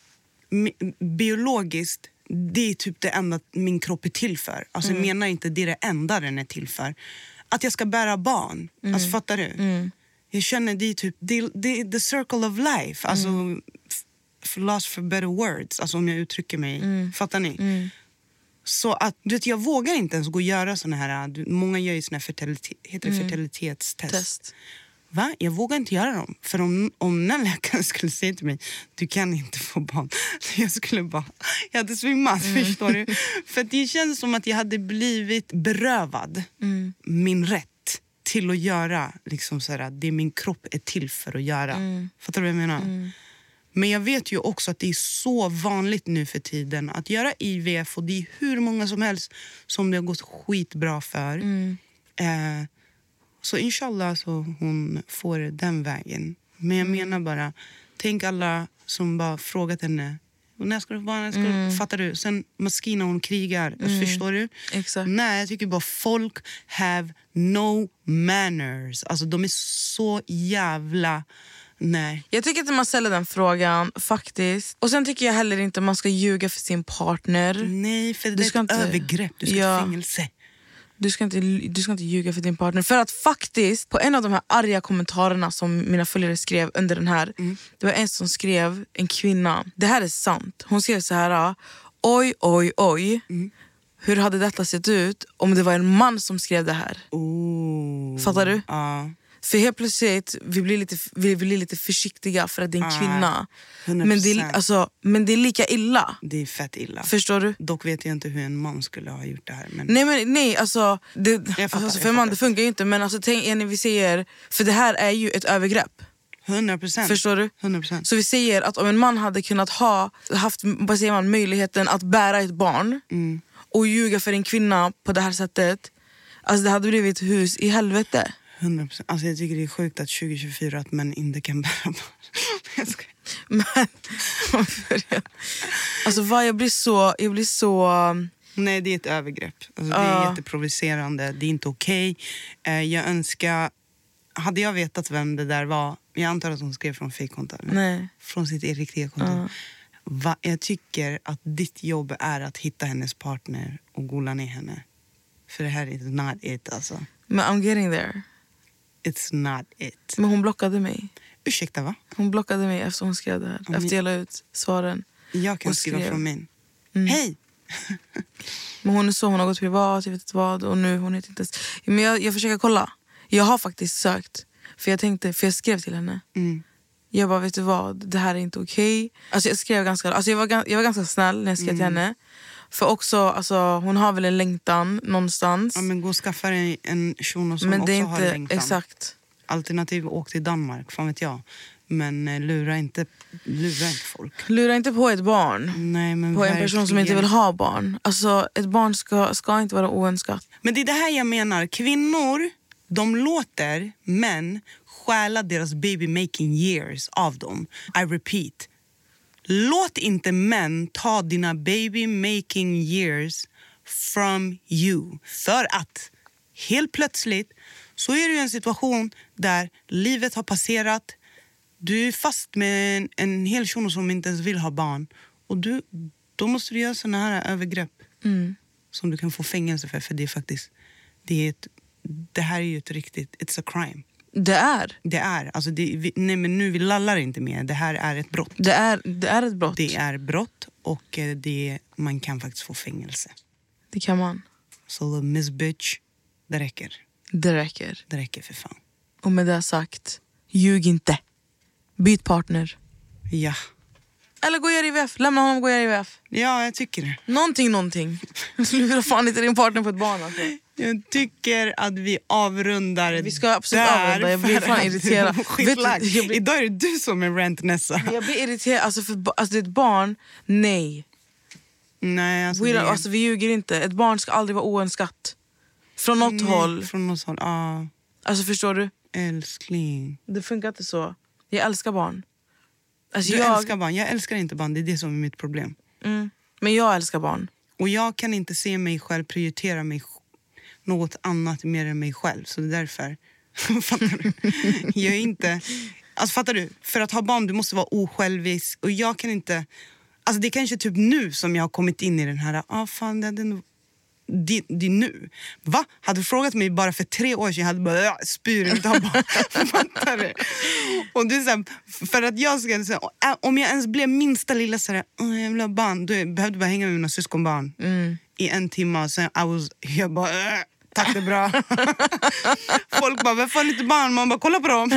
biologiskt, det är typ det enda min kropp är till för. Alltså mm. jag menar inte det är det enda den är till för. Att jag ska bära barn, mm. alltså fattar du? Mm. Jag känner det är typ, det, det är the circle of life, alltså mm. for lost for better words, alltså om jag uttrycker mig, mm. fattar ni? Mm. Så att, du vet, jag vågar inte ens gå och göra såna här, du, många gör ju såna här fertilitet, heter det mm. fertilitetstest. Test. Va? Jag vågar inte göra dem. För om, om den läkaren skulle säga till mig, du kan inte få barn, jag skulle bara, jag hade svimmat, mm. förstår du? För det känns som att jag hade blivit berövad mm. min rätt till att göra, liksom så här, det min kropp är till för att göra. Mm. Fattar du vad jag menar? Mm. Men jag vet ju också att det är så vanligt nu för tiden att göra I V F, och det är hur många som helst som det har gått skitbra för. Mm. Eh, så inshallah så hon får den vägen. Men jag mm. menar bara, tänk alla som bara frågat henne, när ska du vara, ska mm. du, fattar du? Sen maskina hon krigar, mm. förstår du? Exakt. Nej, jag tycker bara folk have no manners. Alltså de är så jävla... Nej. Jag tycker inte man ställer den frågan faktiskt. Och sen tycker jag heller inte man ska ljuga för sin partner. Nej, för det är ett inte... övergrepp. Du ska ja. fängelse. Du ska, inte, du ska inte ljuga för din partner. För att faktiskt, på en av de här arga kommentarerna som mina följare skrev under den här, mm. det var en som skrev, en kvinna, det här är sant. Hon skrev så här: oj, oj, oj. Mm. Hur hade detta sett ut om det var en man som skrev det här? Oh. Fattar du? Ja. Uh. För helt plötsligt, vi blir lite, vi blir lite försiktiga för att det är en uh, kvinna. Men det, är, alltså, men det är lika illa. Det är fett illa. Förstår du? Dock vet jag inte hur en man skulle ha gjort det här. Men... Nej, men nej, alltså, det, fattar, alltså för en man det funkar ju inte. Men alltså, tänk när vi säger, för det här är ju ett övergrepp. hundra procent. Förstår du? hundra procent. Så vi säger att om en man hade kunnat ha haft, vad säger man, möjligheten att bära ett barn mm. och ljuga för en kvinna på det här sättet, alltså det hade blivit hus i helvete. hundra procent. Alltså jag tycker det är sjukt att tjugo tjugofyra att män inte kan bära barn. Jag ska... Men alltså vad, jag blir så jag blir så nej, det är ett övergrepp. Alltså, det är uh. jätteprovocerande. Det är inte okej. Okay. Uh, jag önskar, hade jag vetat vem det där var, jag antar att hon skrev från fejkkonto. Nej. Från sitt riktiga konto. Uh. Va, jag tycker att ditt jobb är att hitta hennes partner och gola ner henne. För det här är not it alltså. Men I'm getting there. It's not it. Men hon blockade mig. Ursäkta, va? Hon blockade mig efter hon skrev det här. Mm. Efter jag la ut svaren. Jag kan skriva från min. Mm. Hej! Men hon är så, hon har gått privat, jag vet inte vad. Och nu, hon heter inte ens. Men jag, jag försöker kolla. Jag har faktiskt sökt. För jag tänkte, för jag skrev till henne. Mm. Jag bara, vet du vad? Det här är inte okej. Okay. Alltså jag skrev ganska, alltså jag var, jag var ganska snäll när jag skrev mm. till henne. För också, alltså, hon har väl en längtan någonstans. Ja, men gå och skaffa en, en shuno som men också det är inte, har en längtan. Exakt. Alternativ, åk till Danmark, fan vet jag. Men eh, lura, inte, lura inte folk. Lura inte på ett barn. Nej, men på verkligen. En person som inte vill ha barn. Alltså, ett barn ska, ska inte vara oönskat. Men det är det här jag menar. Kvinnor, de låter män stjäla deras baby making years av dem. I repeat. Låt inte män ta dina baby making years from you. För att helt plötsligt så är du i en situation där livet har passerat. Du är fast med en, en hel shuno som inte ens vill ha barn. Och du, då måste du göra såna här övergrepp. Mm. som du kan få fängelse för. För det är faktiskt, det, är ett, det här är ju ett riktigt, it's a crime. Det är. Det är, alltså det, vi, nej men nu vi lallar inte mer. Det här är ett brott. Det är, det är ett brott. Det är brott och det, man kan faktiskt få fängelse. Det kan man. Så Miss Bitch, det räcker. Det räcker. Det räcker för fan. Och med det sagt, ljug inte. Byt partner. Ja. Eller gå i I V F. Lämna honom och gå i I V F. Ja, jag tycker det. Någonting, någonting. Sluta fan inte din partner på ett barn. Alltså. Jag tycker att vi avrundar. Vi ska absolut avrunda. Jag blir fan irriterad. Vet du, jag blir... Idag är det du som är rent, Nessa. Jag blir irriterad. Alltså, för, alltså det är ett barn. Nej. Nej, alltså, vi, det... alltså vi ljuger inte. Ett barn ska aldrig vara oönskat. Från något Nej, håll. Från något håll, ja. Alltså förstår du? Älskling. Det funkar inte så. Jag älskar barn. Alltså, du jag... älskar barn. Jag älskar inte barn. Det är det som är mitt problem. Mm. Men jag älskar barn. Och jag kan inte se mig själv prioritera mig något annat mer än mig själv. Så det är därför. Fattar du? Jag är inte... Alltså fattar du? För att ha barn, du måste vara osjälvisk. Och jag kan inte... Alltså det är kanske typ nu som jag har kommit in i den här... Ah, fan, det, det, det, det är nu. Va? Hade du frågat mig bara för tre år sedan, jag hade bara spyr inte ha barn. Fattar du? Och det är så här, för att jag ska säga, om jag ens blev minsta lilla så här, oh, jag vill ha barn, då behövde jag bara hänga med mina syskonbarn mm. i en timme. Och sen I was, jag bara, äh, tack det är bra. Folk bara, varför har lite barn? Man bara, kolla på dem.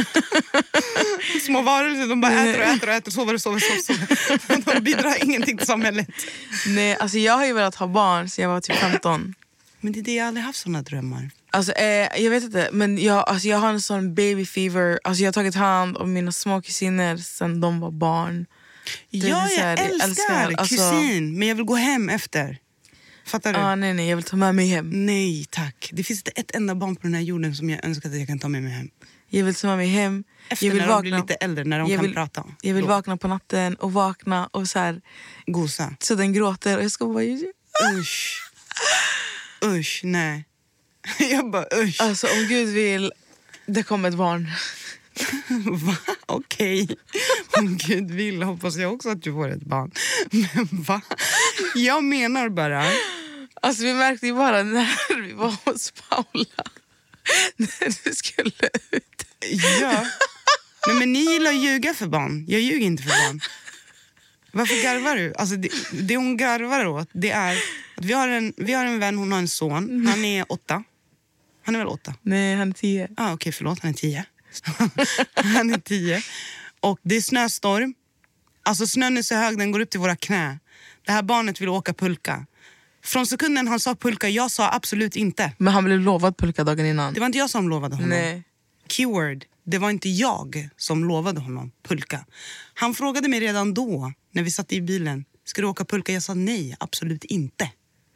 Små varelser, de bara äter och äter och äter, sover och sover, sover, sover. De bidrar ingenting till samhället. Nej, alltså jag har ju velat ha barn så jag var typ femton. Men det är det, jag har aldrig haft såna drömmar. Alltså eh, jag vet inte, men jag, alltså, jag har en sån baby fever. Alltså jag har tagit hand om mina små kusiner sen de var barn. Det ja, jag här, älskar, älskar alltså, kusin, men jag vill gå hem efter. Fattar du? Ah, nej, nej, jag vill ta med mig hem. Nej, tack. Det finns inte ett enda barn på den här jorden som jag önskar att jag kan ta med mig hem. Jag vill ta med mig hem. Efter jag vill när vakna, de blir lite äldre, när de jag kan vill, prata. Jag vill Då. vakna på natten och vakna och så här... Gosa. Så den gråter och jag ska bara... Usch. Usch, nej. Jag bara, usch. Alltså om Gud vill, det kommer ett barn. Va? Okej. Okay. Om Gud vill hoppas jag också att du får ett barn. Men va? Jag menar bara... Alltså vi märkte ju bara när vi var hos Paula. När du skulle ut. Ja. Nej, men ni gillar att ljuga för barn. Jag ljuger inte för barn. Varför garvar du? Alltså det, det hon garvar åt, det är att vi har en, vi har en vän, hon har en son. Han är åtta. Han är väl åtta? Nej, han är tio. Ah, okej, okay, förlåt, han är tio. Han är tio. Och det är snöstorm. Alltså snön är så hög, den går upp till våra knä. Det här barnet vill åka pulka. Från sekunden han sa pulka, jag sa absolut inte. Men han blev lovad pulka dagen innan. Det var inte jag som lovade honom. Nej. Keyword, det var inte jag som lovade honom pulka. Han frågade mig redan då, när vi satt i bilen, ska du åka pulka? Jag sa nej, absolut inte.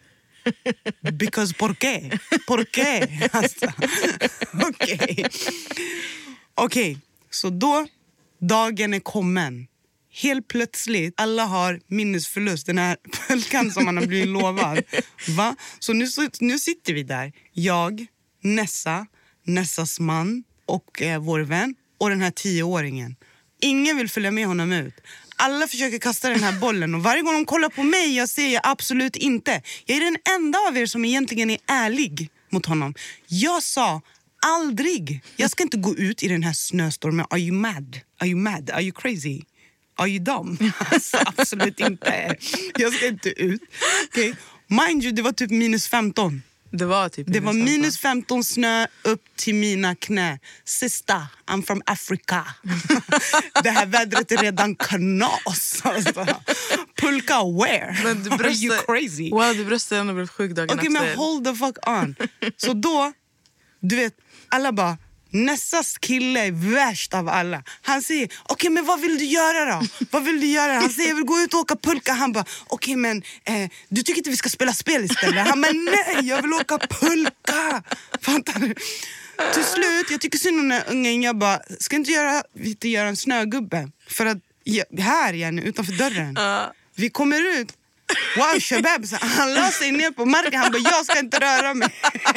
Because por qué? Por qué? Alltså, okej. Okay. Okej, okay, så då, dagen är kommen. Helt plötsligt, alla har minnesförlust. Den här pulkan som man har blivit lovad. Va? Så nu, så nu sitter vi där. Jag, Nessa, Nessas man och eh, vår vän och den här tioåringen. Ingen vill följa med honom ut. Alla försöker kasta den här bollen och varje gång de kollar på mig jag säger absolut inte. Jag är den enda av er som egentligen är ärlig mot honom. Jag sa aldrig. Jag ska inte gå ut i den här snöstormen. Are you mad? Are you mad? Are you crazy? Are you dumb? Alltså, absolut inte. Jag ska inte ut. Okay. Mind you, det var typ minus femton. Det var typ minus Det var minus femton snö upp till mina knä. Sista, I'm from Africa. Det här vädret är redan knas. Alltså. Pulka where? Men du Are you crazy? Wow, du bröstade ändå blev sjuk dagen okay, efter. Okej, men hold the fuck on. Så då, du vet, alla bara... Nessas kille är värst av alla. Han säger, okej okay, men vad vill du göra då? Vad vill du göra? Han säger, jag vill gå ut och åka pulka. Han bara, okej okay, men eh, du tycker inte vi ska spela spel istället? Han bara, nej jag vill åka pulka. Fattar du? Till slut, jag tycker synd om den här ungen. Jag bara, ska inte göra, inte göra en snögubbe? För att, ja, här igen, utanför dörren. Uh. Vi kommer ut. Wow, shabab. Han la sig ner på marken. Han bara, jag ska inte röra mig.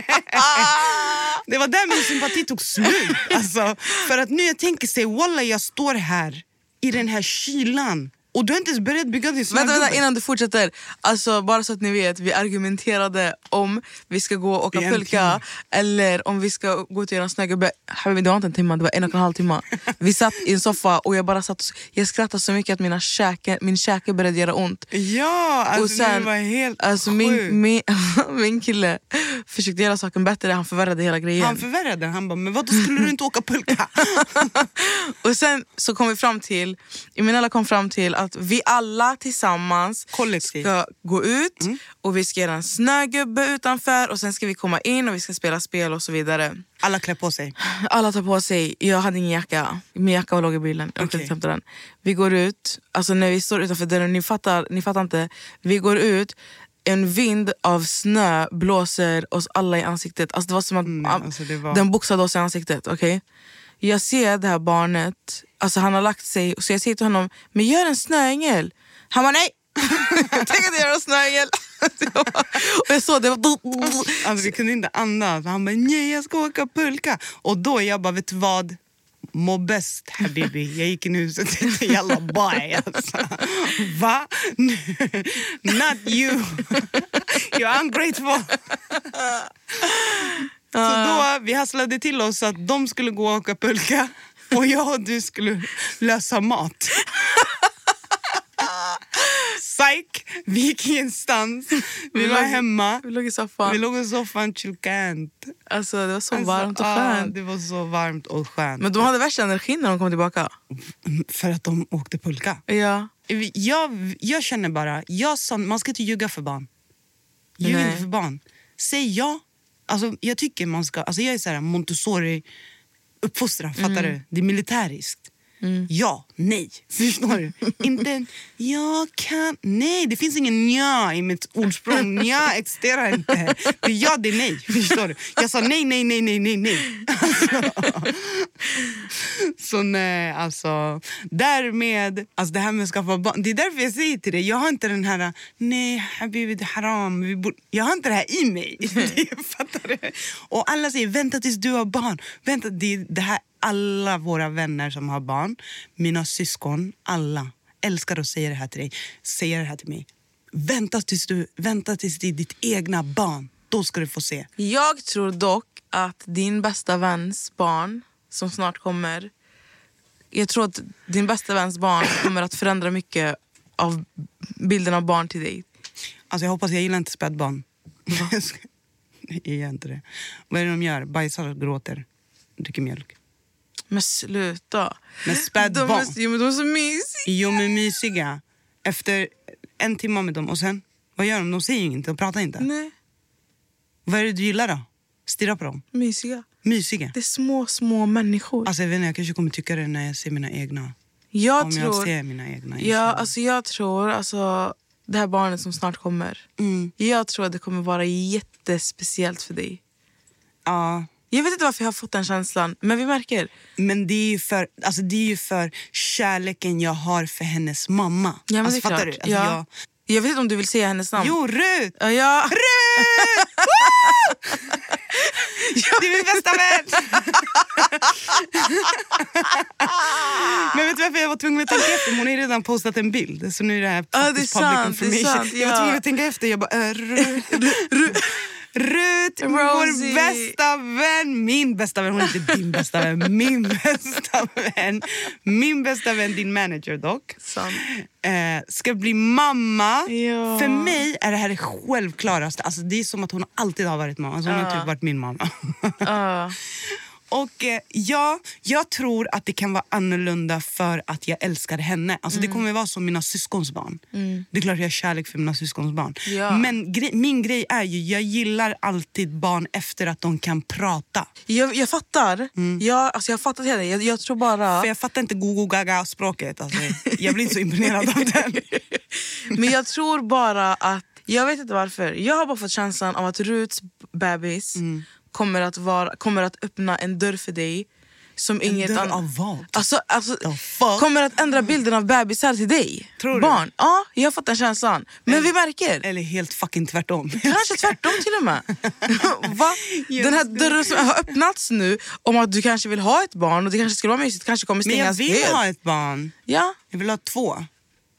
Det var där min sympati tog slut. Alltså, för att nu jag tänker sig, wallah, jag står här i den här kylan Och du är inte ens beredd att bygga din Vänta, vänta, innan du fortsätter. Alltså, bara så att ni vet, vi argumenterade om vi ska gå och åka En pulka timme. eller om vi ska gå ut och göra en snögubbe. Det var inte en timme, det var en och en halv timme. Vi satt i en soffa och jag bara satt och, jag skrattade så mycket att mina käke, min käke började göra ont. Ja, alltså och sen, det var helt alltså, sjukt. min, min, min kille försökte göra saken bättre, han förvärrade hela grejen. Han förvärrade, han bara, men vad då skulle du inte åka pulka? Och sen så kom vi fram till, Eminella kom fram till att vi alla tillsammans Kollektiv. ska gå ut Mm. och vi ska göra en snögubbe utanför och sen ska vi komma in och vi ska spela spel och så vidare. Alla klär på sig. Alla tar på sig, jag hade ingen jacka, min jacka låg i bilen, jag Okej. okay. hämta den. Vi går ut, alltså när vi står utanför dörren, ni fattar, ni fattar inte, vi går ut, en vind av snö blåser oss alla i ansiktet. Alltså det var som att Mm, alltså det var- den boxade oss i ansiktet, okej? Okay? Jag ser det här barnet, alltså han har lagt sig, så jag säger till honom, men gör en snöängel. Han bara, nej! Tänk att göra en snöängel. Och jag såg det var... Alltså vi kunde inte andas. Han bara, nej jag ska åka pulka. Och då jag bara, vet du vad? Må bäst, habibi. Jag gick in i huset och tänkte, jalla bye. Alltså. Va? Not you. You're ungrateful. Så då, vi hasslade till oss att de skulle gå och åka pulka. Och jag och du skulle lösa mat. Psych, vi gick ingenstans. Vi var hemma. Vi låg i soffan. Vi låg i soffan, chillkant. Alltså det var så Alltså, varmt och ja, skönt. det var så varmt och skönt. Men de hade värsta energin när de kom tillbaka. För att de åkte pulka. Ja. Jag, jag känner bara, jag sa, man ska inte ljuga för barn. Ljug Nej. inte för barn. Säg ja. Alltså, jag tycker man ska, alltså jag är så här Montessori uppfostran, fattar du? Det är militäriskt. Mm. Ja, nej. Förstår du? Inte en, jag kan, nej. Det finns ingen ja i mitt ordsprång. Ja existerar inte. Det är ja, det är nej. Förstår du? Jag sa nej, nej, nej, nej, nej, nej. Alltså. Så nej, alltså. Därmed, alltså det här med att skaffa barn. Det är därför jag säger till dig, jag har inte den här, nej, habibi, det är haram. Vi borde, jag har inte det här i mig. Fattar du? Och alla säger, vänta tills du har barn. Vänta, det, det här. Alla våra vänner som har barn, mina syskon, alla älskar att säga det här till dig. Säger det här till mig. Vänta tills du, vänta tills det är ditt egna barn. Då ska du få se. Jag tror dock att din bästa väns barn som snart kommer, jag tror att din bästa väns barn kommer att förändra mycket av bilden av barn till dig. Alltså jag hoppas, jag gillar inte spädbarn. Jag gör inte det. Vad är det de gör? Bajsar och gråter. Dricker mjölk. Men sluta. Men spädbarn. De är, jo, men de är så mysiga. Jo, men mysiga. Efter en timme med dem och sen, vad gör de? De säger inget, de pratar inte. Nej, Vad är det du gillar då? Stirra på dem. mysiga. Mysiga. Det är små, små människor. Alltså jag vet inte, jag kanske kommer tycka det när jag ser mina egna. jag Om tror, jag ser mina egna. ja, alltså jag tror, alltså det här barnet som snart kommer. Mm. Jag tror att det kommer vara jättespeciellt för dig. Ja, Jag vet inte varför jag har fått den känslan, men vi märker. men det är ju för, alltså det är ju för kärleken jag har för hennes mamma. Ja, men alltså, det är fattar klart. du? Alltså, Ja. jag, Jag vet inte om du vill säga hennes namn. jo, Rut! Ja, ja. Rut! Det är min bästa vän! Men vet du varför jag var tvungen att tänka efter? Hon har ju redan postat en bild. Så nu är det här Ja, det är public sant, det är information. sant, Jag var ja. tvungen att tänka efter. Jag bara, äh, Rut, Rut, Rut, vår Rosie. bästa vän. Min bästa vän, hon är inte din bästa vän. Min bästa vän. Min bästa vän, din manager dock. Sant. Eh, ska bli mamma. Ja. För mig är det här det självklaraste. Alltså, det är som att hon alltid har varit mamma. Alltså, hon har typ varit min mamma. Ja. Och eh, ja, jag tror att det kan vara annorlunda för att jag älskar henne. Alltså Mm. det kommer vara som mina syskons barn. Mm. Det är klart jag har kärlek för mina syskons barn. Ja. Men gre- min grej är ju, jag gillar alltid barn efter att de kan prata. Jag, jag fattar. Jag, alltså jag har fattat hela det. Jag, jag tror bara... För jag fattar inte go-go-gaga-språket. Alltså, jag blir inte så imponerad av den. Men jag tror bara att... Jag vet inte varför. Jag har bara fått känslan av att Ruts bebis kommer, att vara, kommer att öppna en dörr för dig. Som inget dörr annat. av vad? Alltså, alltså, The fuck? kommer att ändra bilden av bebisar till dig. Tror du? Barn. Ja, jag har fått den känslan. Men vi märker. Eller helt fucking tvärtom. Kanske tvärtom till och med. Va? Den här dörren som har öppnats nu om att du kanske vill ha ett barn och det kanske skulle vara mysigt, kanske kommer Men jag stängas vill helt. ha ett barn. Ja. Jag vill ha två.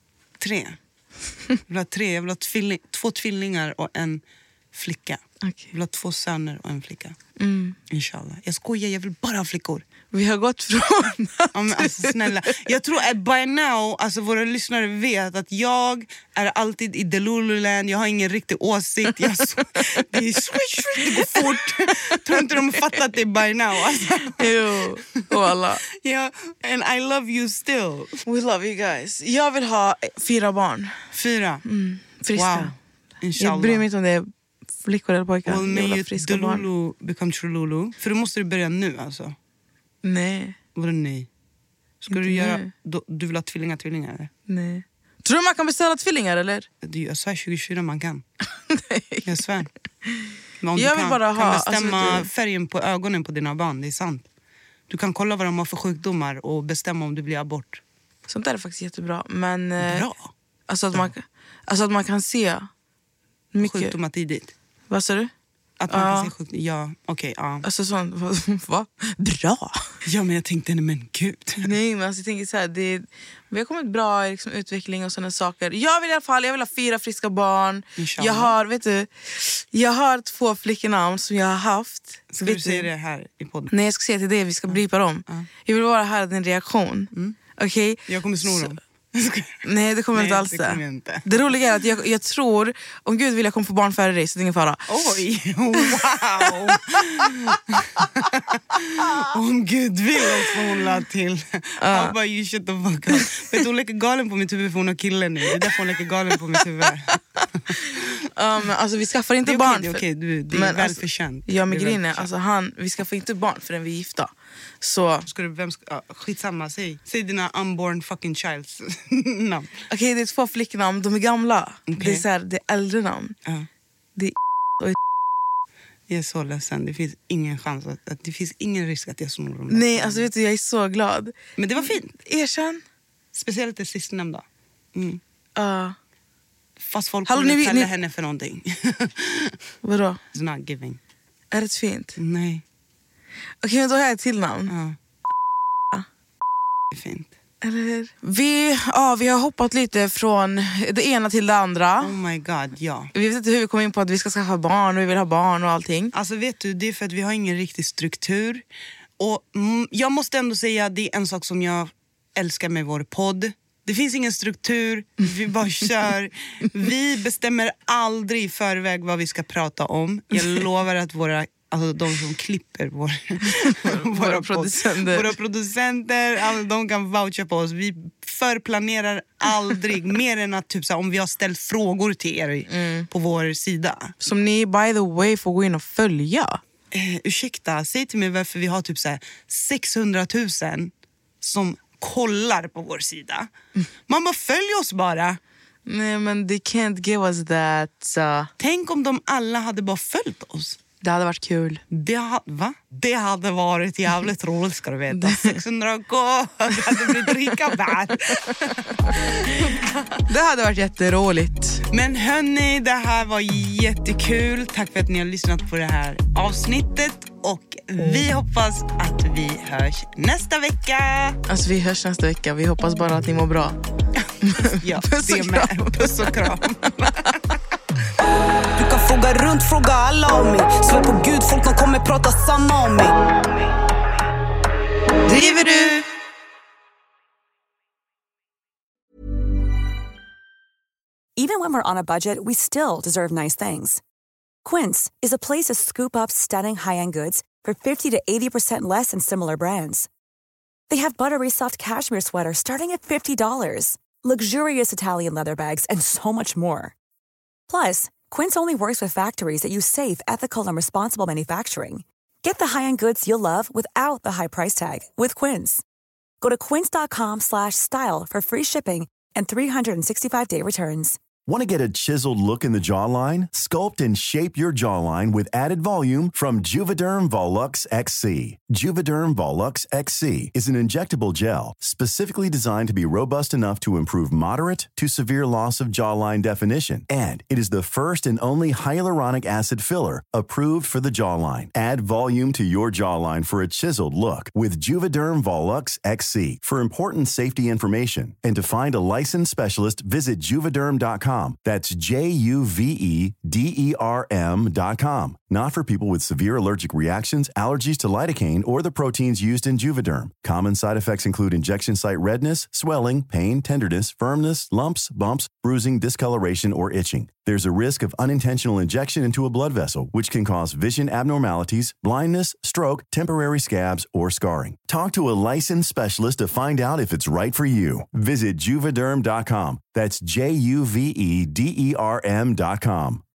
tre. Jag vill ha tre. Jag vill ha tvilling, två tvillingar och en flicka. Okay. Jag vill ha två söner och en flicka. Mm. Inshallah. Jag skojar, jag vill bara ha flickor. Vi har gått från... Ja, men alltså, snälla. Jag tror att by now, alltså, våra lyssnare vet att jag är alltid i Delululand. Jag har ingen riktig åsikt. Jag så, det är switch, switch, det går fort. Tror inte de har fattat det by now. Alltså. Jo, och alla. Yeah, and I love you still. We love you guys. Jag vill ha fyra barn. Fyra? Mm, friska. Wow. Inshallah. Jag bryr mig inte om det är flickor eller pojkar. Well, may you friska barn. Delulu become Trululu. För då måste du börja nu alltså. Nej. Vadå nej? Ska inte du göra... nu. Du, du vill ha tvillingar, tvillingar eller? Nej. Tror du man kan beställa tvillingar eller? Det, jag svär tjugo tjugohundra man kan. Jag svär. Men om Jag du vill kan, bara kan ha- bestämma alltså, vet du- färgen på ögonen på dina barn, det är sant. Du kan kolla vad de har för sjukdomar och bestämma om du blir abort. Sånt där är faktiskt jättebra. Men, eh, Bra. Alltså att, man, alltså att man kan se mycket. Sjukdomar tidigt. Vad sa du? Att man Ja. kan se sjukdomar. Ja, okej, ja. Alltså sånt, va? Bra! Ja, men jag tänkte, nej men gud. Nej, men alltså, jag tänker så här, det, vi har kommit bra i liksom, utveckling och sådana saker. Jag vill i alla fall, jag vill ha fyra friska barn. Inshallah. Jag har, vet du, jag har två flickenamn som jag har haft. Ska Vet du säga det här i podden? Nej, jag ska säga till dig, vi ska blipa dem. Jag vill bara höra din reaktion. Mm. Okej? Jag kommer sno dem. Nej, det kommer Nej, inte alls det det. kommer jag inte. Det roliga är att jag, jag tror, om Gud vill jag kommer få barn före dig, så det är ingen fara. Oj, wow! Om Gud vill oss får hon la till. How about you shut the fuck up? Vet du, hon leker galen på mitt huvud för hon har killen nu. Det är därför hon leker galen på mitt huvud. Um, alltså vi skaffar inte Det är barn. okej, det är för- okej. Du, det är Men välförtjänt. Alltså, ja, men Det är grejen är, välförtjänt. alltså han, vi skaffar inte barn förrän vi är gifta. Så Ska du, vem ska, ja, skitsamma, säg. Säg dina unborn fucking childs namn. okej, det är två flicknamn, de är gamla. Okej. Det är så här, det är äldre namn. Ja. Det är Jag är så ledsen, det finns ingen chans att, att det finns ingen risk att jag snor dem. Nej, alltså vet du, jag är så glad. Men det var fint. Erkänn. Speciellt det sistnämnda. Mm. Uh, Fast folk Hallå, kommer ni- kalla ni- henne för någonting. vadå? It's not giving. Är det fint? Nej. Okej, men då har jag ett till namn. Ja. Det är fint. Eller hur? Vi, ja, vi har hoppat lite från det ena till det andra. Oh my god, ja. Vi vet inte hur vi kom in på att vi ska skaffa barn och vi vill ha barn och allting. Alltså vet du, det är för att vi har ingen riktig struktur. Och mm, jag måste ändå säga att det är en sak som jag älskar med vår podd. Det finns ingen struktur, vi bara kör. Vi bestämmer aldrig i förväg vad vi ska prata om. Jag lovar att våra, alltså de som klipper vår, Våra producenter. Våra producenter, alltså, de kan voucha på oss. Vi förplanerar aldrig, mer än att typ, så här, om vi har ställt frågor till er Mm. på vår sida. Som ni by the way får gå in och följa. Eh, ursäkta, säg till mig varför vi har typ så här sexhundratusen som kollar på vår sida. Man bara följer oss bara. Nej, men they can't give us that. Uh, Tänk om de alla hade bara följt oss. det hade varit kul. Det, ha, va? Det hade varit jävligt roligt, ska du veta. sexhundra k, det hade blivit rika värd. Det hade varit jätteroligt. Men hörni, det här var jättekul. Tack för att ni har lyssnat på det här avsnittet. Och vi hoppas att vi hörs nästa vecka. Alltså vi hörs nästa vecka. Vi hoppas bara att ni mår bra. Ja, Puss och det med. kram. Puss och kram. Du kan fråga runt, fråga alla om mig. Svär på Gud, folk de kommer prata samma om mig. Driver du? Even when we're on a budget, we still deserve nice things. Quince is a place to scoop up stunning high-end goods for fifty to eighty percent less than similar brands. They have buttery soft cashmere sweaters starting at fifty dollars, luxurious Italian leather bags, and so much more. Plus, Quince only works with factories that use safe, ethical, and responsible manufacturing. Get the high-end goods you'll love without the high price tag with Quince. Go to quince dot com slash style for free shipping and three sixty-five day returns. Want to get a chiseled look in the jawline? Sculpt and shape your jawline with added volume from Juvederm Volux X C. Juvederm Volux X C is an injectable gel specifically designed to be robust enough to improve moderate to severe loss of jawline definition. And it is the first and only hyaluronic acid filler approved for the jawline. Add volume to your jawline for a chiseled look with Juvederm Volux X C. For important safety information and to find a licensed specialist, visit juvederm dot com. That's J U V E D E R M dot com. Not for people with severe allergic reactions, allergies to lidocaine, or the proteins used in Juvederm. Common side effects include injection site redness, swelling, pain, tenderness, firmness, lumps, bumps, bruising, discoloration, or itching. There's a risk of unintentional injection into a blood vessel, which can cause vision abnormalities, blindness, stroke, temporary scabs, or scarring. Talk to a licensed specialist to find out if it's right for you. Visit juvederm dot com. That's J U V E D E R M dot com.